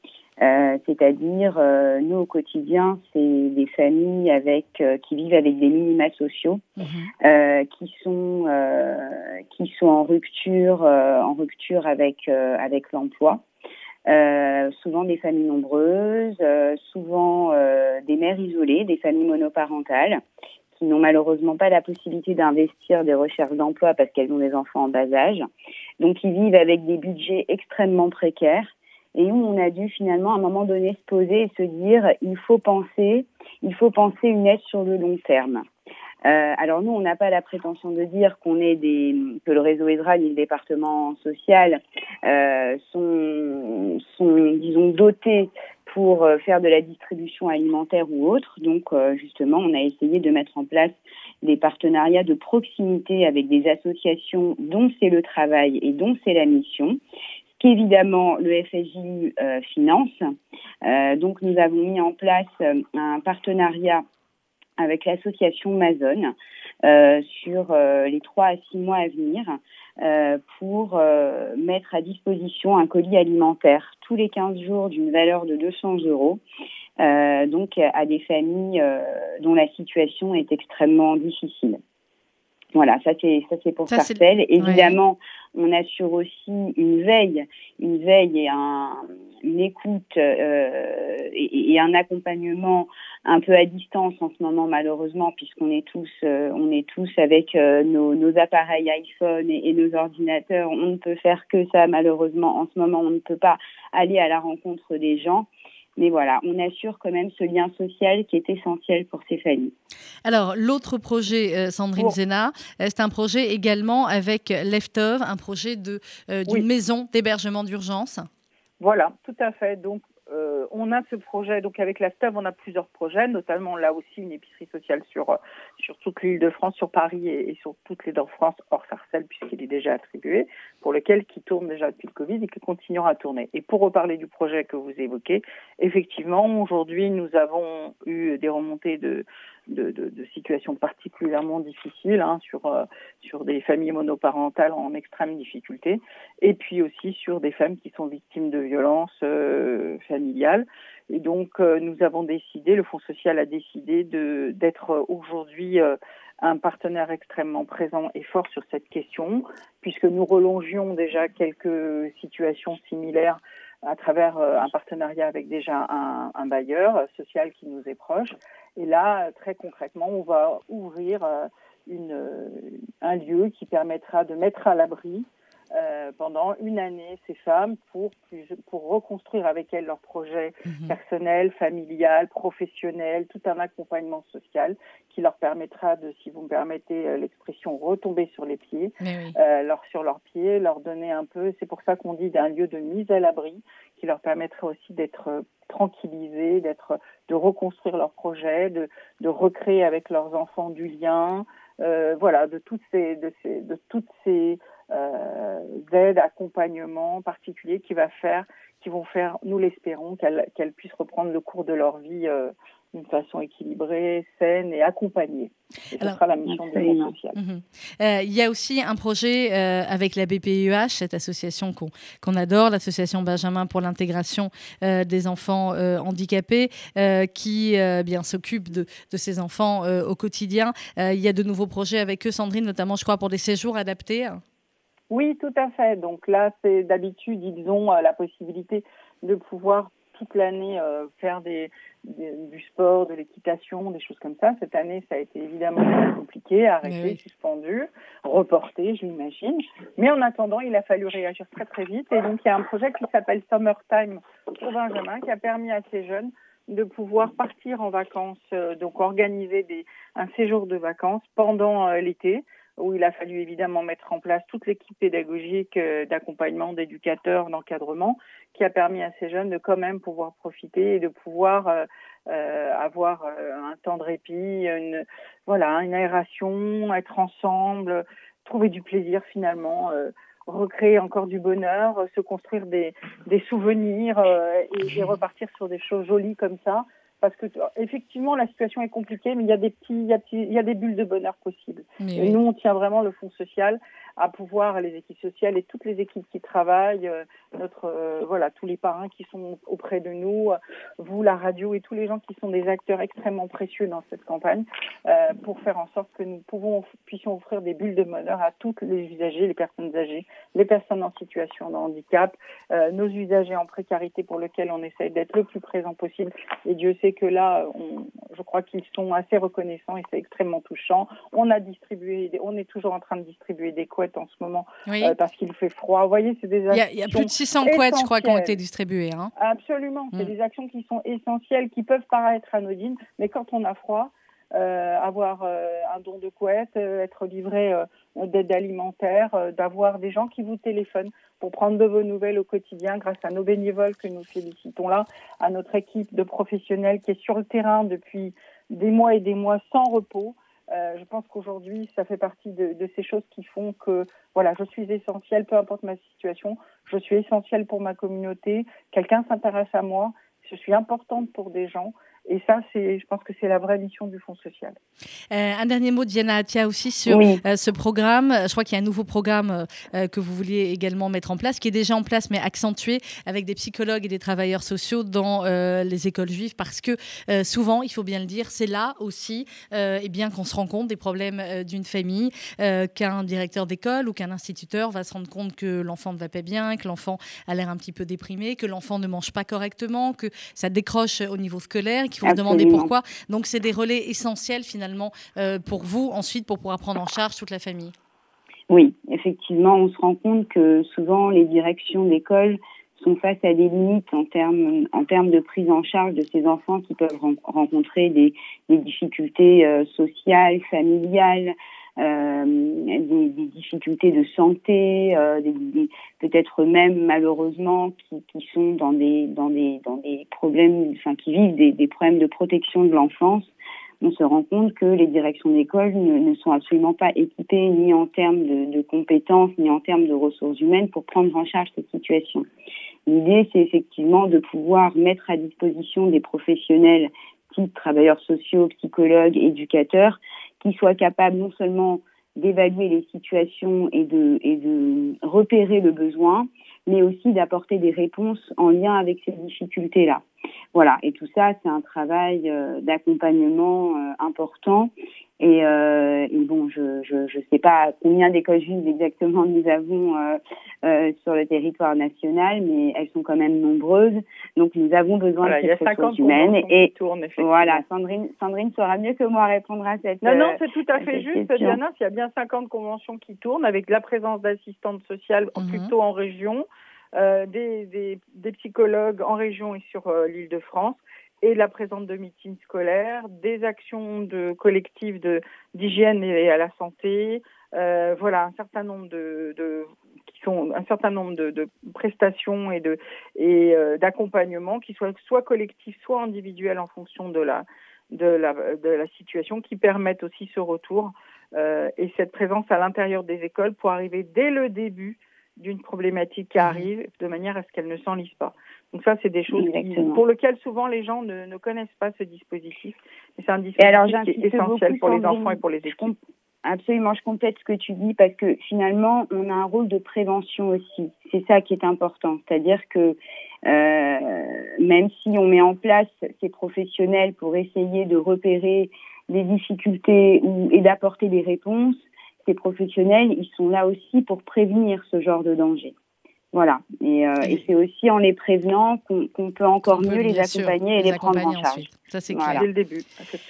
Euh, c'est-à-dire, euh, nous, au quotidien, c'est des familles avec euh, qui vivent avec des minima sociaux, mmh. euh, qui sont euh, qui sont en rupture, euh, en rupture avec euh, avec l'emploi. Euh, souvent des familles nombreuses, euh, souvent euh, des mères isolées, des familles monoparentales qui n'ont malheureusement pas la possibilité d'investir des recherches d'emploi parce qu'elles ont des enfants en bas âge. Donc, ils vivent avec des budgets extrêmement précaires et où on a dû finalement à un moment donné se poser et se dire il faut penser, il faut penser une aide sur le long terme. Euh, alors nous, on n'a pas la prétention de dire qu'on est des que le réseau Ezra ni le département social euh, sont sont disons dotés pour faire de la distribution alimentaire ou autre. Donc euh, justement, on a essayé de mettre en place des partenariats de proximité avec des associations dont c'est le travail et dont c'est la mission. Qu'évidemment le F S J U euh, finance. Euh, donc nous avons mis en place un partenariat avec l'association Mazone euh, sur euh, les trois à six mois à venir euh, pour euh, mettre à disposition un colis alimentaire tous les quinze jours d'une valeur de deux cents euros, euh, donc à des familles euh, dont la situation est extrêmement difficile. Voilà, ça c'est ça c'est pour ça, Sarcelles. C'est... Évidemment, ouais. On assure aussi une veille, une veille et un, une écoute euh, et, et un accompagnement un peu à distance en ce moment malheureusement, puisqu'on est tous euh, on est tous avec euh, nos, nos appareils iPhone et, et nos ordinateurs. On ne peut faire que ça malheureusement. En ce moment, on ne peut pas aller à la rencontre des gens. Mais voilà, on assure quand même ce lien social qui est essentiel pour ces familles. Alors, l'autre projet, euh, Sandrine oh. Zena, euh, c'est un projet également avec Leftov, un projet de, euh, d'une oui. maison d'hébergement d'urgence. Voilà, tout à fait. Donc, euh, on a ce projet, donc avec Leftov, on a plusieurs projets, notamment là aussi une épicerie sociale sur, sur toute l'Île-de-France, sur Paris et, et sur toute l'Île-de-France, hors Sarcelles, puisqu'il est déjà attribué, pour lequel qui tourne déjà depuis le Covid et qui continuera à tourner. Et pour reparler du projet que vous évoquez, effectivement, aujourd'hui, nous avons eu des remontées de, de, de, de situations particulièrement difficiles hein, sur, euh, sur des familles monoparentales en extrême difficulté, et puis aussi sur des femmes qui sont victimes de violences euh, familiales. Et donc, euh, nous avons décidé, le Fonds social a décidé de, d'être aujourd'hui euh, un partenaire extrêmement présent et fort sur cette question, puisque nous relongions déjà quelques situations similaires à travers euh, un partenariat avec déjà un, un bailleur social qui nous est proche. Et là, très concrètement, on va ouvrir euh, une, euh, un lieu qui permettra de mettre à l'abri Euh, pendant une année ces femmes pour, pour reconstruire avec elles leur projet mmh. personnel, familial, professionnel, tout un accompagnement social qui leur permettra de, si vous me permettez l'expression, retomber sur les pieds, oui. euh, leur, sur leurs pieds, leur donner un peu, c'est pour ça qu'on dit d'un lieu de mise à l'abri qui leur permettrait aussi d'être tranquillisés, d'être, de reconstruire leur projet, de, de recréer avec leurs enfants du lien, euh, voilà, de toutes ces, de ces, de toutes ces Euh, aides, accompagnements particuliers qui va faire, qui vont faire, nous l'espérons, qu'elles, qu'elles puissent reprendre le cours de leur vie euh, d'une façon équilibrée, saine et accompagnée. Et ce sera la mission de l'Union sociale. Mmh. Euh, il y a aussi un projet euh, avec la B P I E H, cette association qu'on, qu'on adore, l'association Benjamin pour l'intégration euh, des enfants euh, handicapés, euh, qui euh, bien s'occupe de, de ces enfants euh, au quotidien. Euh, il y a de nouveaux projets avec eux, Sandrine, notamment, je crois, pour des séjours adaptés. Oui, tout à fait. Donc là, c'est d'habitude, ils ont euh, la possibilité de pouvoir toute l'année euh, faire des, des, du sport, de l'équitation, des choses comme ça. Cette année, ça a été évidemment très compliqué, arrêté, oui. suspendu, reporté, je l'imagine. Mais en attendant, il a fallu réagir très très vite. Et donc, il y a un projet qui s'appelle Summertime pour Benjamin, qui a permis à ces jeunes de pouvoir partir en vacances, euh, donc organiser des, un séjour de vacances pendant euh, l'été, où il a fallu évidemment mettre en place toute l'équipe pédagogique euh, d'accompagnement, d'éducateurs, d'encadrement, qui a permis à ces jeunes de quand même pouvoir profiter et de pouvoir euh, euh, avoir euh, un temps de répit, une, voilà, une aération, être ensemble, trouver du plaisir finalement, euh, recréer encore du bonheur, euh, se construire des, des souvenirs euh, et, et repartir sur des choses jolies comme ça. Parce que effectivement, la situation est compliquée, mais il y a des petits, il y a, petits, il y a des bulles de bonheur possibles. Mais et oui. Nous, on tient vraiment le Fonds social à pouvoir, les équipes sociales et toutes les équipes qui travaillent, euh, notre, euh, voilà, tous les parrains qui sont auprès de nous, euh, vous, la radio et tous les gens qui sont des acteurs extrêmement précieux dans cette campagne, euh, pour faire en sorte que nous pouvons, puissions offrir des bulles de bonheur à tous les usagers, les personnes âgées, les personnes en situation de handicap, euh, nos usagers en précarité pour lesquels on essaye d'être le plus présent possible. Et Dieu sait que là, on, je crois qu'ils sont assez reconnaissants et c'est extrêmement touchant. On a distribué, on est toujours en train de distribuer des couettes en ce moment, oui. euh, parce qu'il fait froid. Vous voyez, c'est des actions. Il y, y a plus de six cents couettes, je crois, qui ont été distribuées. Hein. Absolument. C'est mm. des actions qui sont essentielles, qui peuvent paraître anodines, mais quand on a froid, euh, avoir euh, un don de couette, euh, être livré euh, d'aide alimentaire, euh, d'avoir des gens qui vous téléphonent pour prendre de vos nouvelles au quotidien grâce à nos bénévoles que nous félicitons là, à notre équipe de professionnels qui est sur le terrain depuis des mois et des mois sans repos. Euh, je pense qu'aujourd'hui, ça fait partie de, de ces choses qui font que, voilà, je suis essentielle, peu importe ma situation, je suis essentielle pour ma communauté, quelqu'un s'intéresse à moi, je suis importante pour des gens. Et ça, c'est, je pense que c'est la vraie mission du Fonds social. Euh, un dernier mot, Diana Atia, aussi sur oui. euh, ce programme. Je crois qu'il y a un nouveau programme euh, que vous vouliez également mettre en place, qui est déjà en place, mais accentué, avec des psychologues et des travailleurs sociaux dans euh, les écoles juives, parce que euh, souvent, il faut bien le dire, c'est là aussi euh, eh bien, qu'on se rend compte des problèmes euh, d'une famille, euh, qu'un directeur d'école ou qu'un instituteur va se rendre compte que l'enfant ne va pas bien, que l'enfant a l'air un petit peu déprimé, que l'enfant ne mange pas correctement, que ça décroche au niveau scolaire, qu'il faut se demander pourquoi. Donc, c'est des relais essentiels, finalement, euh, pour vous, ensuite, pour pouvoir prendre en charge toute la famille. Oui, effectivement, on se rend compte que souvent, les directions d'école sont face à des limites en termes, en termes de prise en charge de ces enfants qui peuvent ren- rencontrer des, des difficultés euh, sociales, familiales, Euh, des, des difficultés de santé, euh, des, des, peut-être même malheureusement qui, qui sont dans des dans des dans des problèmes, enfin qui vivent des, des problèmes de protection de l'enfance. On se rend compte que les directions d'école ne, ne sont absolument pas équipées ni en termes de, de compétences ni en termes de ressources humaines pour prendre en charge cette situation. L'idée, c'est effectivement de pouvoir mettre à disposition des professionnels type travailleurs sociaux, psychologues, éducateurs, qui soient capables non seulement d'évaluer les situations et de, et de repérer le besoin, mais aussi d'apporter des réponses en lien avec ces difficultés-là. Voilà, et tout ça, c'est un travail euh, d'accompagnement euh, important. Et, euh, et bon, je je je sais pas combien d'écoles juives exactement nous avons euh, euh, sur le territoire national, mais elles sont quand même nombreuses. Donc nous avons besoin voilà, de cette ressource humaine. Et tournent, voilà, Sandrine, Sandrine saura mieux que moi répondre à cette Non, non, c'est tout à fait juste, question. Diana. Il y a bien cinquante conventions qui tournent avec la présence d'assistantes sociales mm-hmm. plutôt en région, euh, des, des des psychologues en région et sur euh, l'Île-de-France. Et la présence de meetings scolaires, des actions de collectives de, d'hygiène et à la santé, euh, voilà un certain nombre de, de qui sont un certain nombre de, de prestations et de et euh, d'accompagnement qui soient soit collectifs soit individuels en fonction de la de la de la situation, qui permettent aussi ce retour euh, et cette présence à l'intérieur des écoles pour arriver dès le début d'une problématique qui arrive, de manière à ce qu'elle ne s'enlise pas. Donc ça, c'est des choses qui, pour lesquelles souvent les gens ne, ne connaissent pas ce dispositif. Mais c'est un dispositif alors, qui est essentiel pour les enfants et pour les équipes. Je comp- absolument, je complète ce que tu dis parce que finalement, on a un rôle de prévention aussi. C'est ça qui est important. C'est-à-dire que euh, même si on met en place ces professionnels pour essayer de repérer des difficultés ou, et d'apporter des réponses, ces professionnels, ils sont là aussi pour prévenir ce genre de danger. Voilà. Et, euh, oui. et c'est aussi en les prévenant qu'on, qu'on peut encore qu'on mieux peut, les accompagner sûr, et les, les prendre en charge. Ensuite. Ça, c'est voilà. clair. Dès le début, absolument.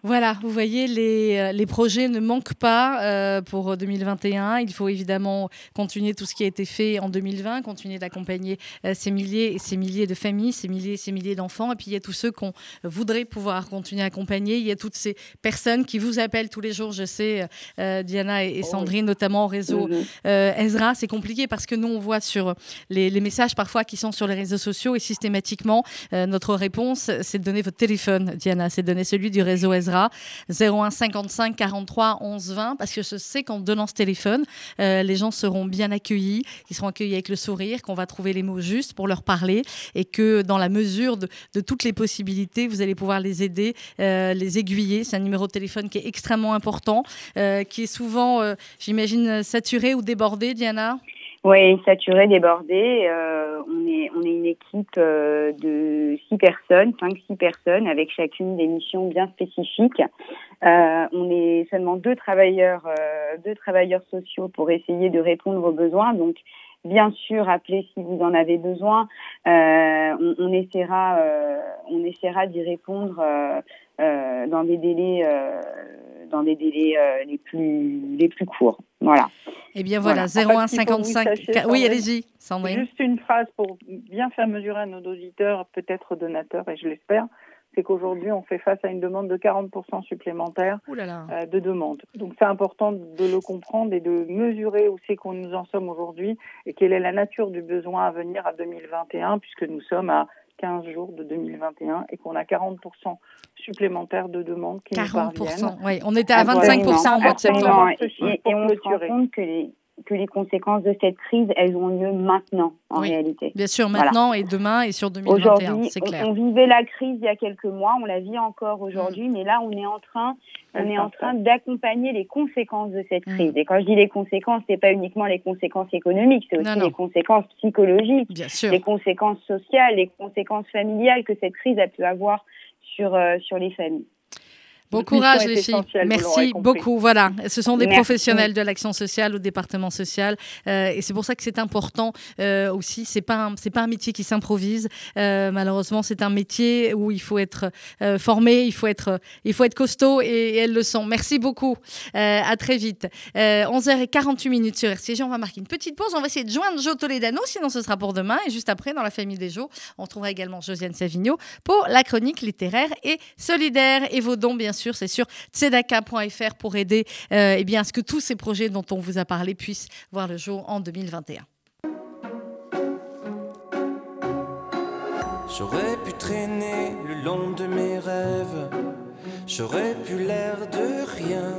Voilà, vous voyez, les, les projets ne manquent pas euh, pour deux mille vingt et un. Il faut évidemment continuer tout ce qui a été fait en deux mille vingt, continuer d'accompagner euh, ces milliers et ces milliers de familles, ces milliers et ces milliers d'enfants. Et puis, il y a tous ceux qu'on voudrait pouvoir continuer à accompagner. Il y a toutes ces personnes qui vous appellent tous les jours, je sais, euh, Diana et, et Sandrine, notamment au réseau euh, Ezra. C'est compliqué parce que nous, on voit sur les, les messages parfois qui sont sur les réseaux sociaux et systématiquement, euh, notre réponse, c'est de donner votre téléphone, Diana, c'est de donner celui du réseau Ezra. zéro un cinquante-cinq quarante-trois onze vingt, parce que je sais qu'en donnant ce téléphone, euh, les gens seront bien accueillis, ils seront accueillis avec le sourire, qu'on va trouver les mots justes pour leur parler et que dans la mesure de, de toutes les possibilités, vous allez pouvoir les aider, euh, les aiguiller. C'est un numéro de téléphone qui est extrêmement important, euh, qui est souvent, euh, j'imagine, saturé ou débordé, Diana ? Oui, saturé, débordé. Euh, on est on est une équipe euh, de six personnes, cinq six personnes, avec chacune des missions bien spécifiques. Euh, on est seulement deux travailleurs euh, deux travailleurs sociaux pour essayer de répondre aux besoins. Donc bien sûr, appelez si vous en avez besoin. Euh, on, on essaiera euh, on essaiera d'y répondre euh, euh, dans des délais euh, dans des délais euh, les plus les plus courts. Voilà. Eh bien voilà, zéro un cinquante-cinq. Oui, allez-y, Sandrine. Juste une phrase pour bien faire mesurer à nos auditeurs, peut-être donateurs, et je l'espère, c'est qu'aujourd'hui, on fait face à une demande de quarante pour cent supplémentaire euh, de demande. Donc, c'est important de le comprendre et de mesurer où c'est qu'on nous en sommes aujourd'hui et quelle est la nature du besoin à venir à deux mille vingt et un, puisque nous sommes à quinze jours de deux mille vingt et un et qu'on a quarante pour cent supplémentaires de demandes qui quarante pour cent, nous parviennent. Oui, on était à vingt-cinq pour cent au mois de septembre. Et, et, et on se rend compte que les, que les conséquences de cette crise, elles ont lieu maintenant, en oui, réalité. Bien sûr, maintenant voilà. Et demain et sur deux mille vingt et un, aujourd'hui, c'est clair. On, on vivait la crise il y a quelques mois, on la vit encore aujourd'hui, mmh. mais là, on est en train, on est en train d'accompagner les conséquences de cette crise. Mmh. Et quand je dis les conséquences, c'est pas uniquement les conséquences économiques, c'est aussi non, non. les conséquences psychologiques, bien sûr. Les conséquences sociales, les conséquences familiales que cette crise a pu avoir sur, euh, sur les familles. Bon courage les filles, merci beaucoup. Voilà, ce sont des merci. professionnels de l'action sociale au département social euh, et c'est pour ça que c'est important euh, aussi. C'est pas un, c'est pas un métier qui s'improvise. Euh, malheureusement, c'est un métier où il faut être euh, formé, il faut être, il faut être costaud et, et elles le sont. Merci beaucoup. Euh, à très vite. Euh, onze heures quarante-huit minutes sur R C J. On va marquer une petite pause. On va essayer de joindre Jo Toledano, sinon ce sera pour demain. Et juste après, dans la famille des Jo, on trouvera également Josiane Savigno pour la chronique littéraire et solidaire et vos dons, bien sûr. C'est sur tzedaka point f r pour aider euh, eh bien, à ce que tous ces projets dont on vous a parlé puissent voir le jour en deux mille vingt et un. J'aurais pu traîner le long de mes rêves, j'aurais pu l'air de rien,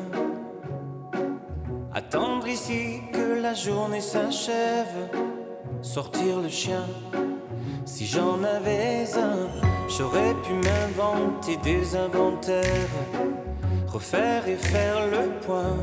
attendre ici que la journée s'achève, sortir le chien. Si j'en avais un, j'aurais pu m'inventer des inventaires, refaire et faire le point.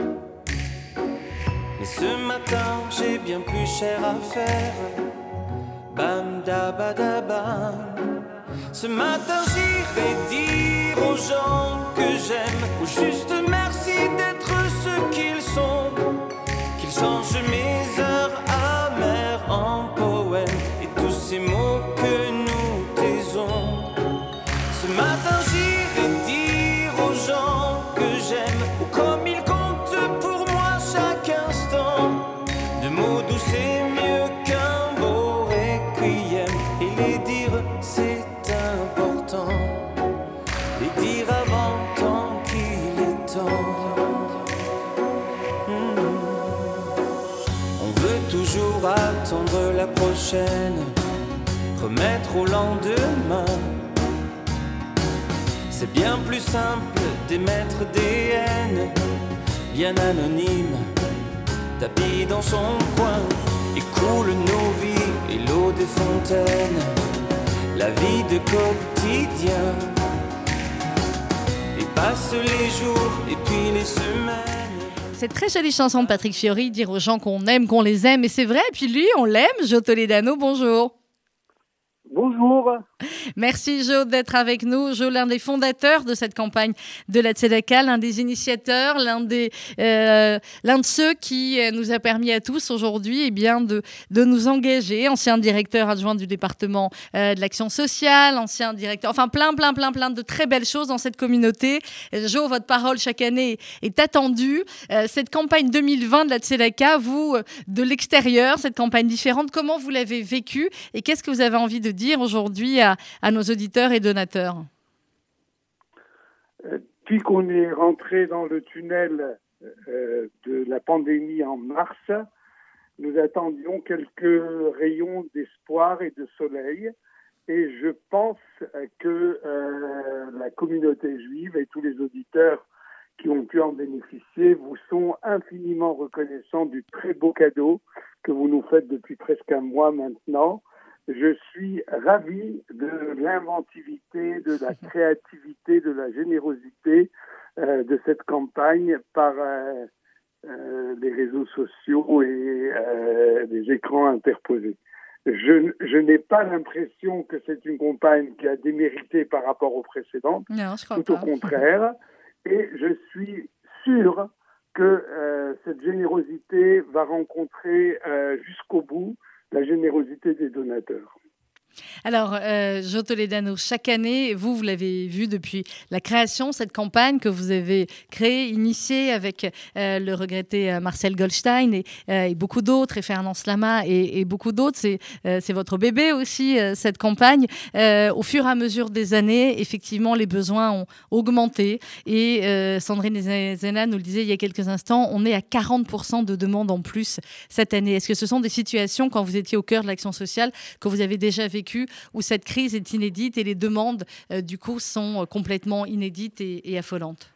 Mais ce matin, j'ai bien plus cher à faire. Bam da ba da bam. Ce matin, j'irai dire aux gens que j'aime, ou juste merci d'être ce qu'ils sont, qu'ils changent mes heures amères en poèmes. Ces mots que nous taisons. Ce matin j'irai dire aux gens que j'aime, ou comme ils comptent pour moi chaque instant. De mots doux c'est mieux qu'un beau requiem, et les dire c'est important, les dire avant tant qu'il est temps. Mmh. On veut toujours attendre la prochaine, remettre au lendemain. C'est bien plus simple d'émettre des haines, bien anonymes, tapis dans son coin. Et coule nos vies et l'eau des fontaines, la vie de quotidien. Et passent les jours et puis les semaines. Cette très jolie chanson de Patrick Fiori, dire aux gens qu'on aime, qu'on les aime. Et c'est vrai, et puis lui, on l'aime, Jo Toledano, bonjour. Bonjour. Merci Jo d'être avec nous. Jo, l'un des fondateurs de cette campagne de la Tzedaka, l'un des initiateurs, l'un, des, euh, l'un de ceux qui nous a permis à tous aujourd'hui eh bien, de, de nous engager. Ancien directeur adjoint du département euh, de l'action sociale, ancien directeur, enfin plein, plein, plein, plein de très belles choses dans cette communauté. Jo, votre parole chaque année est attendue. Euh, cette campagne deux mille vingt de la Tzedaka, vous, de l'extérieur, cette campagne différente, comment vous l'avez vécue et qu'est-ce que vous avez envie de dire aujourd'hui à, à nos auditeurs et donateurs? Depuis qu'on est rentré dans le tunnel euh, de la pandémie en mars, nous attendions quelques rayons d'espoir et de soleil. Et je pense que euh, la communauté juive et tous les auditeurs qui ont pu en bénéficier vous sont infiniment reconnaissants du très beau cadeau que vous nous faites depuis presque un mois maintenant. Je suis ravi de l'inventivité, de la créativité, de la générosité euh, de cette campagne par euh, euh, les réseaux sociaux et euh, les écrans interposés. Je, je n'ai pas l'impression que c'est une campagne qui a démérité par rapport aux précédentes. Non, je crois Tout pas. au contraire. Et je suis sûr que euh, cette générosité va rencontrer euh, jusqu'au bout la générosité des donateurs. Alors, euh, Jo Toledano, chaque année, vous, vous l'avez vu depuis la création, cette campagne que vous avez créée, initiée avec euh, le regretté euh, Marcel Goldstein et, euh, et beaucoup d'autres, et Fernand Slama et, et beaucoup d'autres. C'est, euh, c'est votre bébé aussi, euh, cette campagne. Euh, au fur et à mesure des années, effectivement, les besoins ont augmenté. Et euh, Sandrine Zena nous le disait il y a quelques instants, on est à quarante pour cent de demandes en plus cette année. Est-ce que ce sont des situations, quand vous étiez au cœur de l'action sociale, que vous avez déjà vécues, où cette crise est inédite et les demandes, euh, du coup, sont euh, complètement inédites et, et affolantes?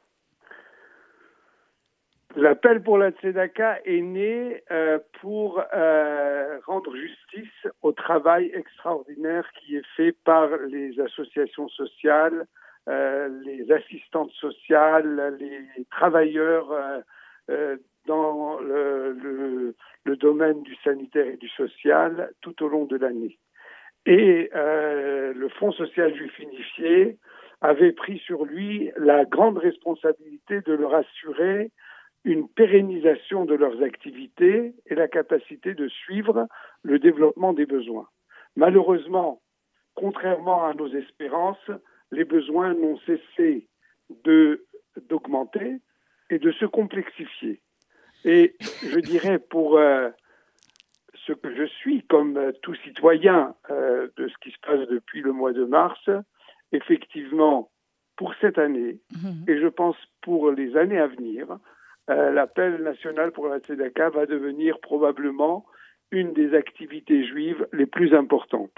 L'appel pour la Tzedaka est né euh, pour euh, rendre justice au travail extraordinaire qui est fait par les associations sociales, euh, les assistantes sociales, les travailleurs euh, euh, dans le, le, le domaine du sanitaire et du social tout au long de l'année. Et euh, le Fonds social juif unifié avait pris sur lui la grande responsabilité de leur assurer une pérennisation de leurs activités et la capacité de suivre le développement des besoins. Malheureusement, contrairement à nos espérances, les besoins n'ont cessé de, d'augmenter et de se complexifier. Et je dirais pour... Euh, ce que je suis comme euh, tout citoyen euh, de ce qui se passe depuis le mois de mars, effectivement, pour cette année, mmh. et je pense pour les années à venir, euh, l'appel national pour la Tzedaka va devenir probablement une des activités juives les plus importantes.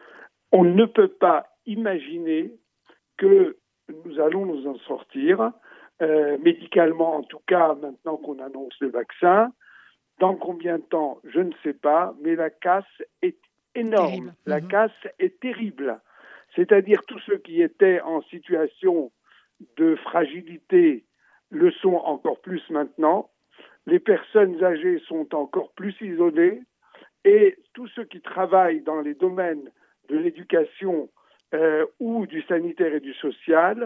On ne peut pas imaginer que nous allons nous en sortir, euh, médicalement en tout cas, maintenant qu'on annonce le vaccin. Dans combien de temps, je ne sais pas, mais la casse est énorme. Terrible. La mmh. casse est terrible. C'est-à-dire tous ceux qui étaient en situation de fragilité le sont encore plus maintenant. Les personnes âgées sont encore plus isolées. Et tous ceux qui travaillent dans les domaines de l'éducation euh, ou du sanitaire et du social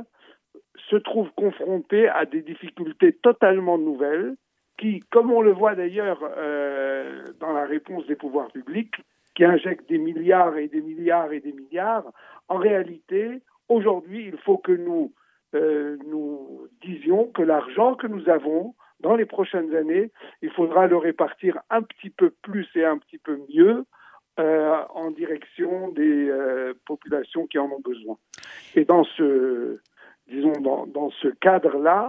se trouvent confrontés à des difficultés totalement nouvelles qui, comme on le voit d'ailleurs euh, dans la réponse des pouvoirs publics, qui injectent des milliards et des milliards et des milliards, en réalité, aujourd'hui, il faut que nous, euh, nous disions que l'argent que nous avons dans les prochaines années, il faudra le répartir un petit peu plus et un petit peu mieux euh, en direction des euh, populations qui en ont besoin. Et dans ce, disons, dans, dans ce cadre-là,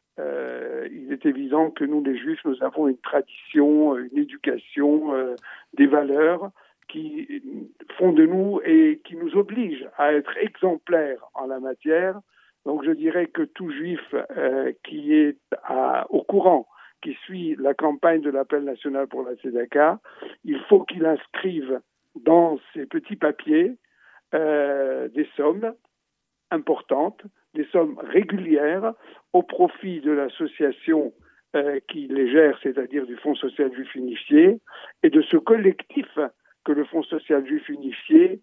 Euh, il est évident que nous, les Juifs, nous avons une tradition, une éducation, euh, des valeurs qui font de nous et qui nous obligent à être exemplaires en la matière. Donc je dirais que tout Juif euh, qui est à, au courant, qui suit la campagne de l'appel national pour la Tzedaka, il faut qu'il inscrive dans ses petits papiers euh, des sommes importantes, des sommes régulières au profit de l'association euh, qui les gère, c'est-à-dire du Fonds social juif unifié, et de ce collectif que le Fonds social juif unifié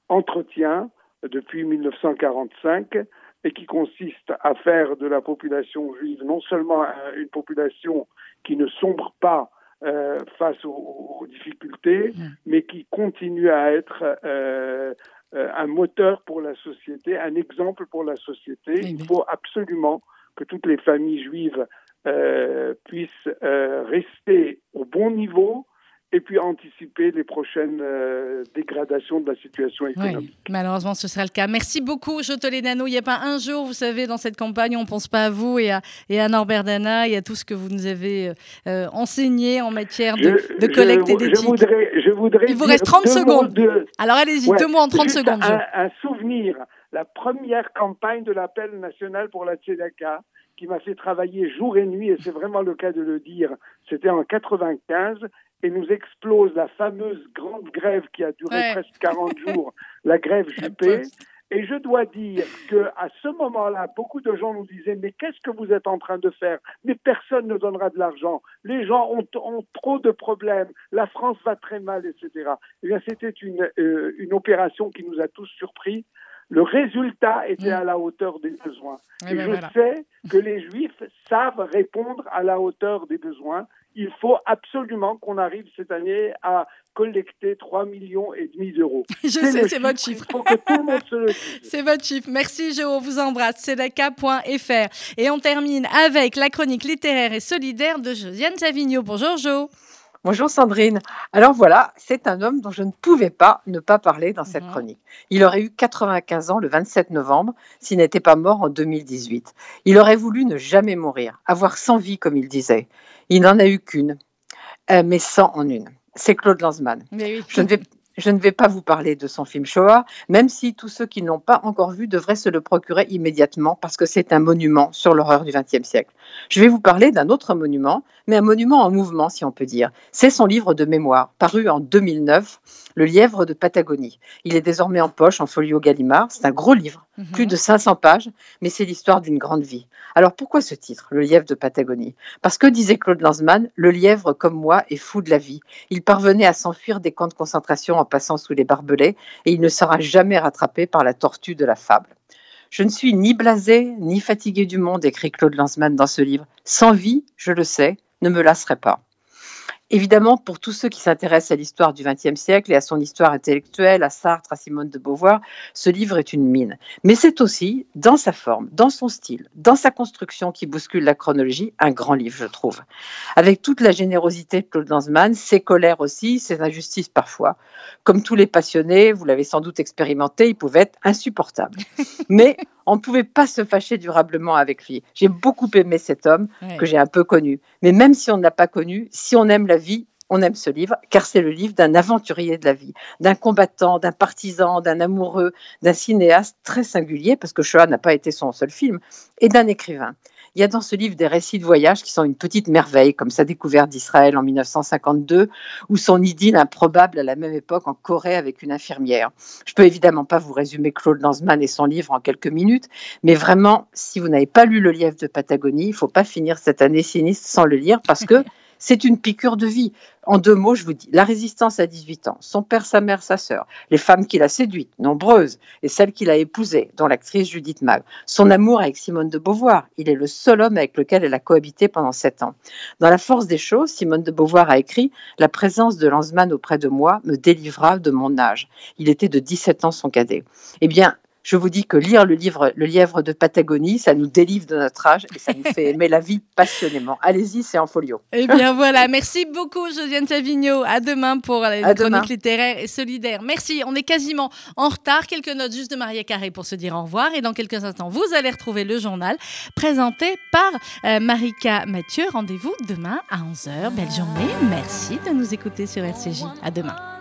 entretient depuis mille neuf cent quarante-cinq et qui consiste à faire de la population juive non seulement une population qui ne sombre pas euh, face aux, aux difficultés, mmh. mais qui continue à être euh, euh, un moteur pour la société, un exemple pour la société. Mmh. Il faut absolument que toutes les familles juives euh, puissent euh, rester au bon niveau et puis anticiper les prochaines euh, dégradations de la situation économique. Oui, malheureusement, ce sera le cas. Merci beaucoup, Jo Toledano. Il n'y a pas un jour, vous savez, dans cette campagne, on ne pense pas à vous et à, et à Norbert Dana et à tout ce que vous nous avez euh, enseigné en matière de, je, de collecte je, et d'éthique. Je voudrais, je voudrais Il vous reste trente secondes. De... Alors allez-y, ouais, deux mots en trente secondes. Un, un souvenir, la première campagne de l'appel national pour la Tzedaka, qui m'a fait travailler jour et nuit, et c'est vraiment le cas de le dire, c'était en quatre-vingt-quinze, et nous explose la fameuse grande grève qui a duré ouais. presque quarante jours, la grève Juppé. Et je dois dire qu'à ce moment-là, beaucoup de gens nous disaient « Mais qu'est-ce que vous êtes en train de faire ? Mais personne ne donnera de l'argent. Les gens ont, ont trop de problèmes. La France va très mal, et cetera » Eh bien, c'était une, euh, une opération qui nous a tous surpris. Le résultat était à la hauteur des besoins. Et, Et ben je voilà. sais que les Juifs savent répondre à la hauteur des besoins. Il faut absolument qu'on arrive cette année à collecter trois millions et demi d'euros. Je c'est sais, c'est votre chiffre. Il faut que tout le monde se le dise. C'est votre chiffre. Merci, Jo. On vous embrasse. tzedaka point f r. Et on termine avec la chronique littéraire et solidaire de Josiane Savigno. Bonjour, Jo. Bonjour Sandrine. Alors voilà, c'est un homme dont je ne pouvais pas ne pas parler dans cette mmh. chronique. Il aurait eu quatre-vingt-quinze ans le vingt-sept novembre s'il n'était pas mort en deux mille dix-huit. Il aurait voulu ne jamais mourir, avoir cent vies comme il disait. Il n'en a eu qu'une, euh, mais cent en une. C'est Claude Lanzmann. Mais oui. Je ne vais Je ne vais pas vous parler de son film Shoah, même si tous ceux qui ne l'ont pas encore vu devraient se le procurer immédiatement parce que c'est un monument sur l'horreur du vingtième siècle. Je vais vous parler d'un autre monument, mais un monument en mouvement si on peut dire. C'est son livre de mémoire, paru en deux mille neuf, Le Lièvre de Patagonie. Il est désormais en poche en folio Gallimard. C'est un gros livre, mm-hmm. plus de cinq cents pages, mais c'est l'histoire d'une grande vie. Alors pourquoi ce titre, Le Lièvre de Patagonie ? Parce que, disait Claude Lanzmann, le lièvre comme moi est fou de la vie. Il parvenait à s'enfuir des camps de concentration en passant sous les barbelés et il ne sera jamais rattrapé par la tortue de la fable. Je ne suis ni blasé ni fatigué du monde, écrit Claude Lanzmann dans ce livre. Sans vie, je le sais, ne me lasserai pas. Évidemment, pour tous ceux qui s'intéressent à l'histoire du vingtième siècle et à son histoire intellectuelle, à Sartre, à Simone de Beauvoir, ce livre est une mine. Mais c'est aussi, dans sa forme, dans son style, dans sa construction qui bouscule la chronologie, un grand livre, je trouve. Avec toute la générosité de Claude Lanzmann, ses colères aussi, ses injustices parfois. Comme tous les passionnés, vous l'avez sans doute expérimenté, il pouvait être insupportable. Mais on ne pouvait pas se fâcher durablement avec lui. J'ai beaucoup aimé cet homme ouais. que j'ai un peu connu. Mais même si on ne l'a pas connu, si on aime la vie, on aime ce livre, car c'est le livre d'un aventurier de la vie, d'un combattant, d'un partisan, d'un amoureux, d'un cinéaste très singulier, parce que Shoah n'a pas été son seul film, et d'un écrivain. Il y a dans ce livre des récits de voyage qui sont une petite merveille, comme sa découverte d'Israël en dix-neuf cent cinquante-deux, ou son idylle improbable à la même époque en Corée avec une infirmière. Je peux évidemment pas vous résumer Claude Lanzmann et son livre en quelques minutes, mais vraiment, si vous n'avez pas lu Le Lièvre de Patagonie, il ne faut pas finir cette année sinistre sans le lire, parce que c'est une piqûre de vie. En deux mots, je vous dis, la résistance à dix-huit ans, son père, sa mère, sa sœur, les femmes qu'il a séduites, nombreuses, et celles qu'il a épousées, dont l'actrice Judith Mag, son amour avec Simone de Beauvoir, il est le seul homme avec lequel elle a cohabité pendant sept ans. Dans La force des choses, Simone de Beauvoir a écrit « La présence de Lanzmann auprès de moi me délivra de mon âge ». Il était de dix-sept ans son cadet. Eh bien, je vous dis que lire le livre Le Lièvre de Patagonie, ça nous délivre de notre âge et ça nous fait aimer la vie passionnément. Allez-y, c'est en folio. Eh bien voilà, merci beaucoup Josiane Savigno. À demain pour la chronique demain. littéraire et solidaire. Merci, on est quasiment en retard. Quelques notes juste de Maria Carré pour se dire au revoir. Et dans quelques instants, vous allez retrouver le journal présenté par euh, Marika Mathieu. Rendez-vous demain à onze heures. Belle journée, merci de nous écouter sur R C J. À demain.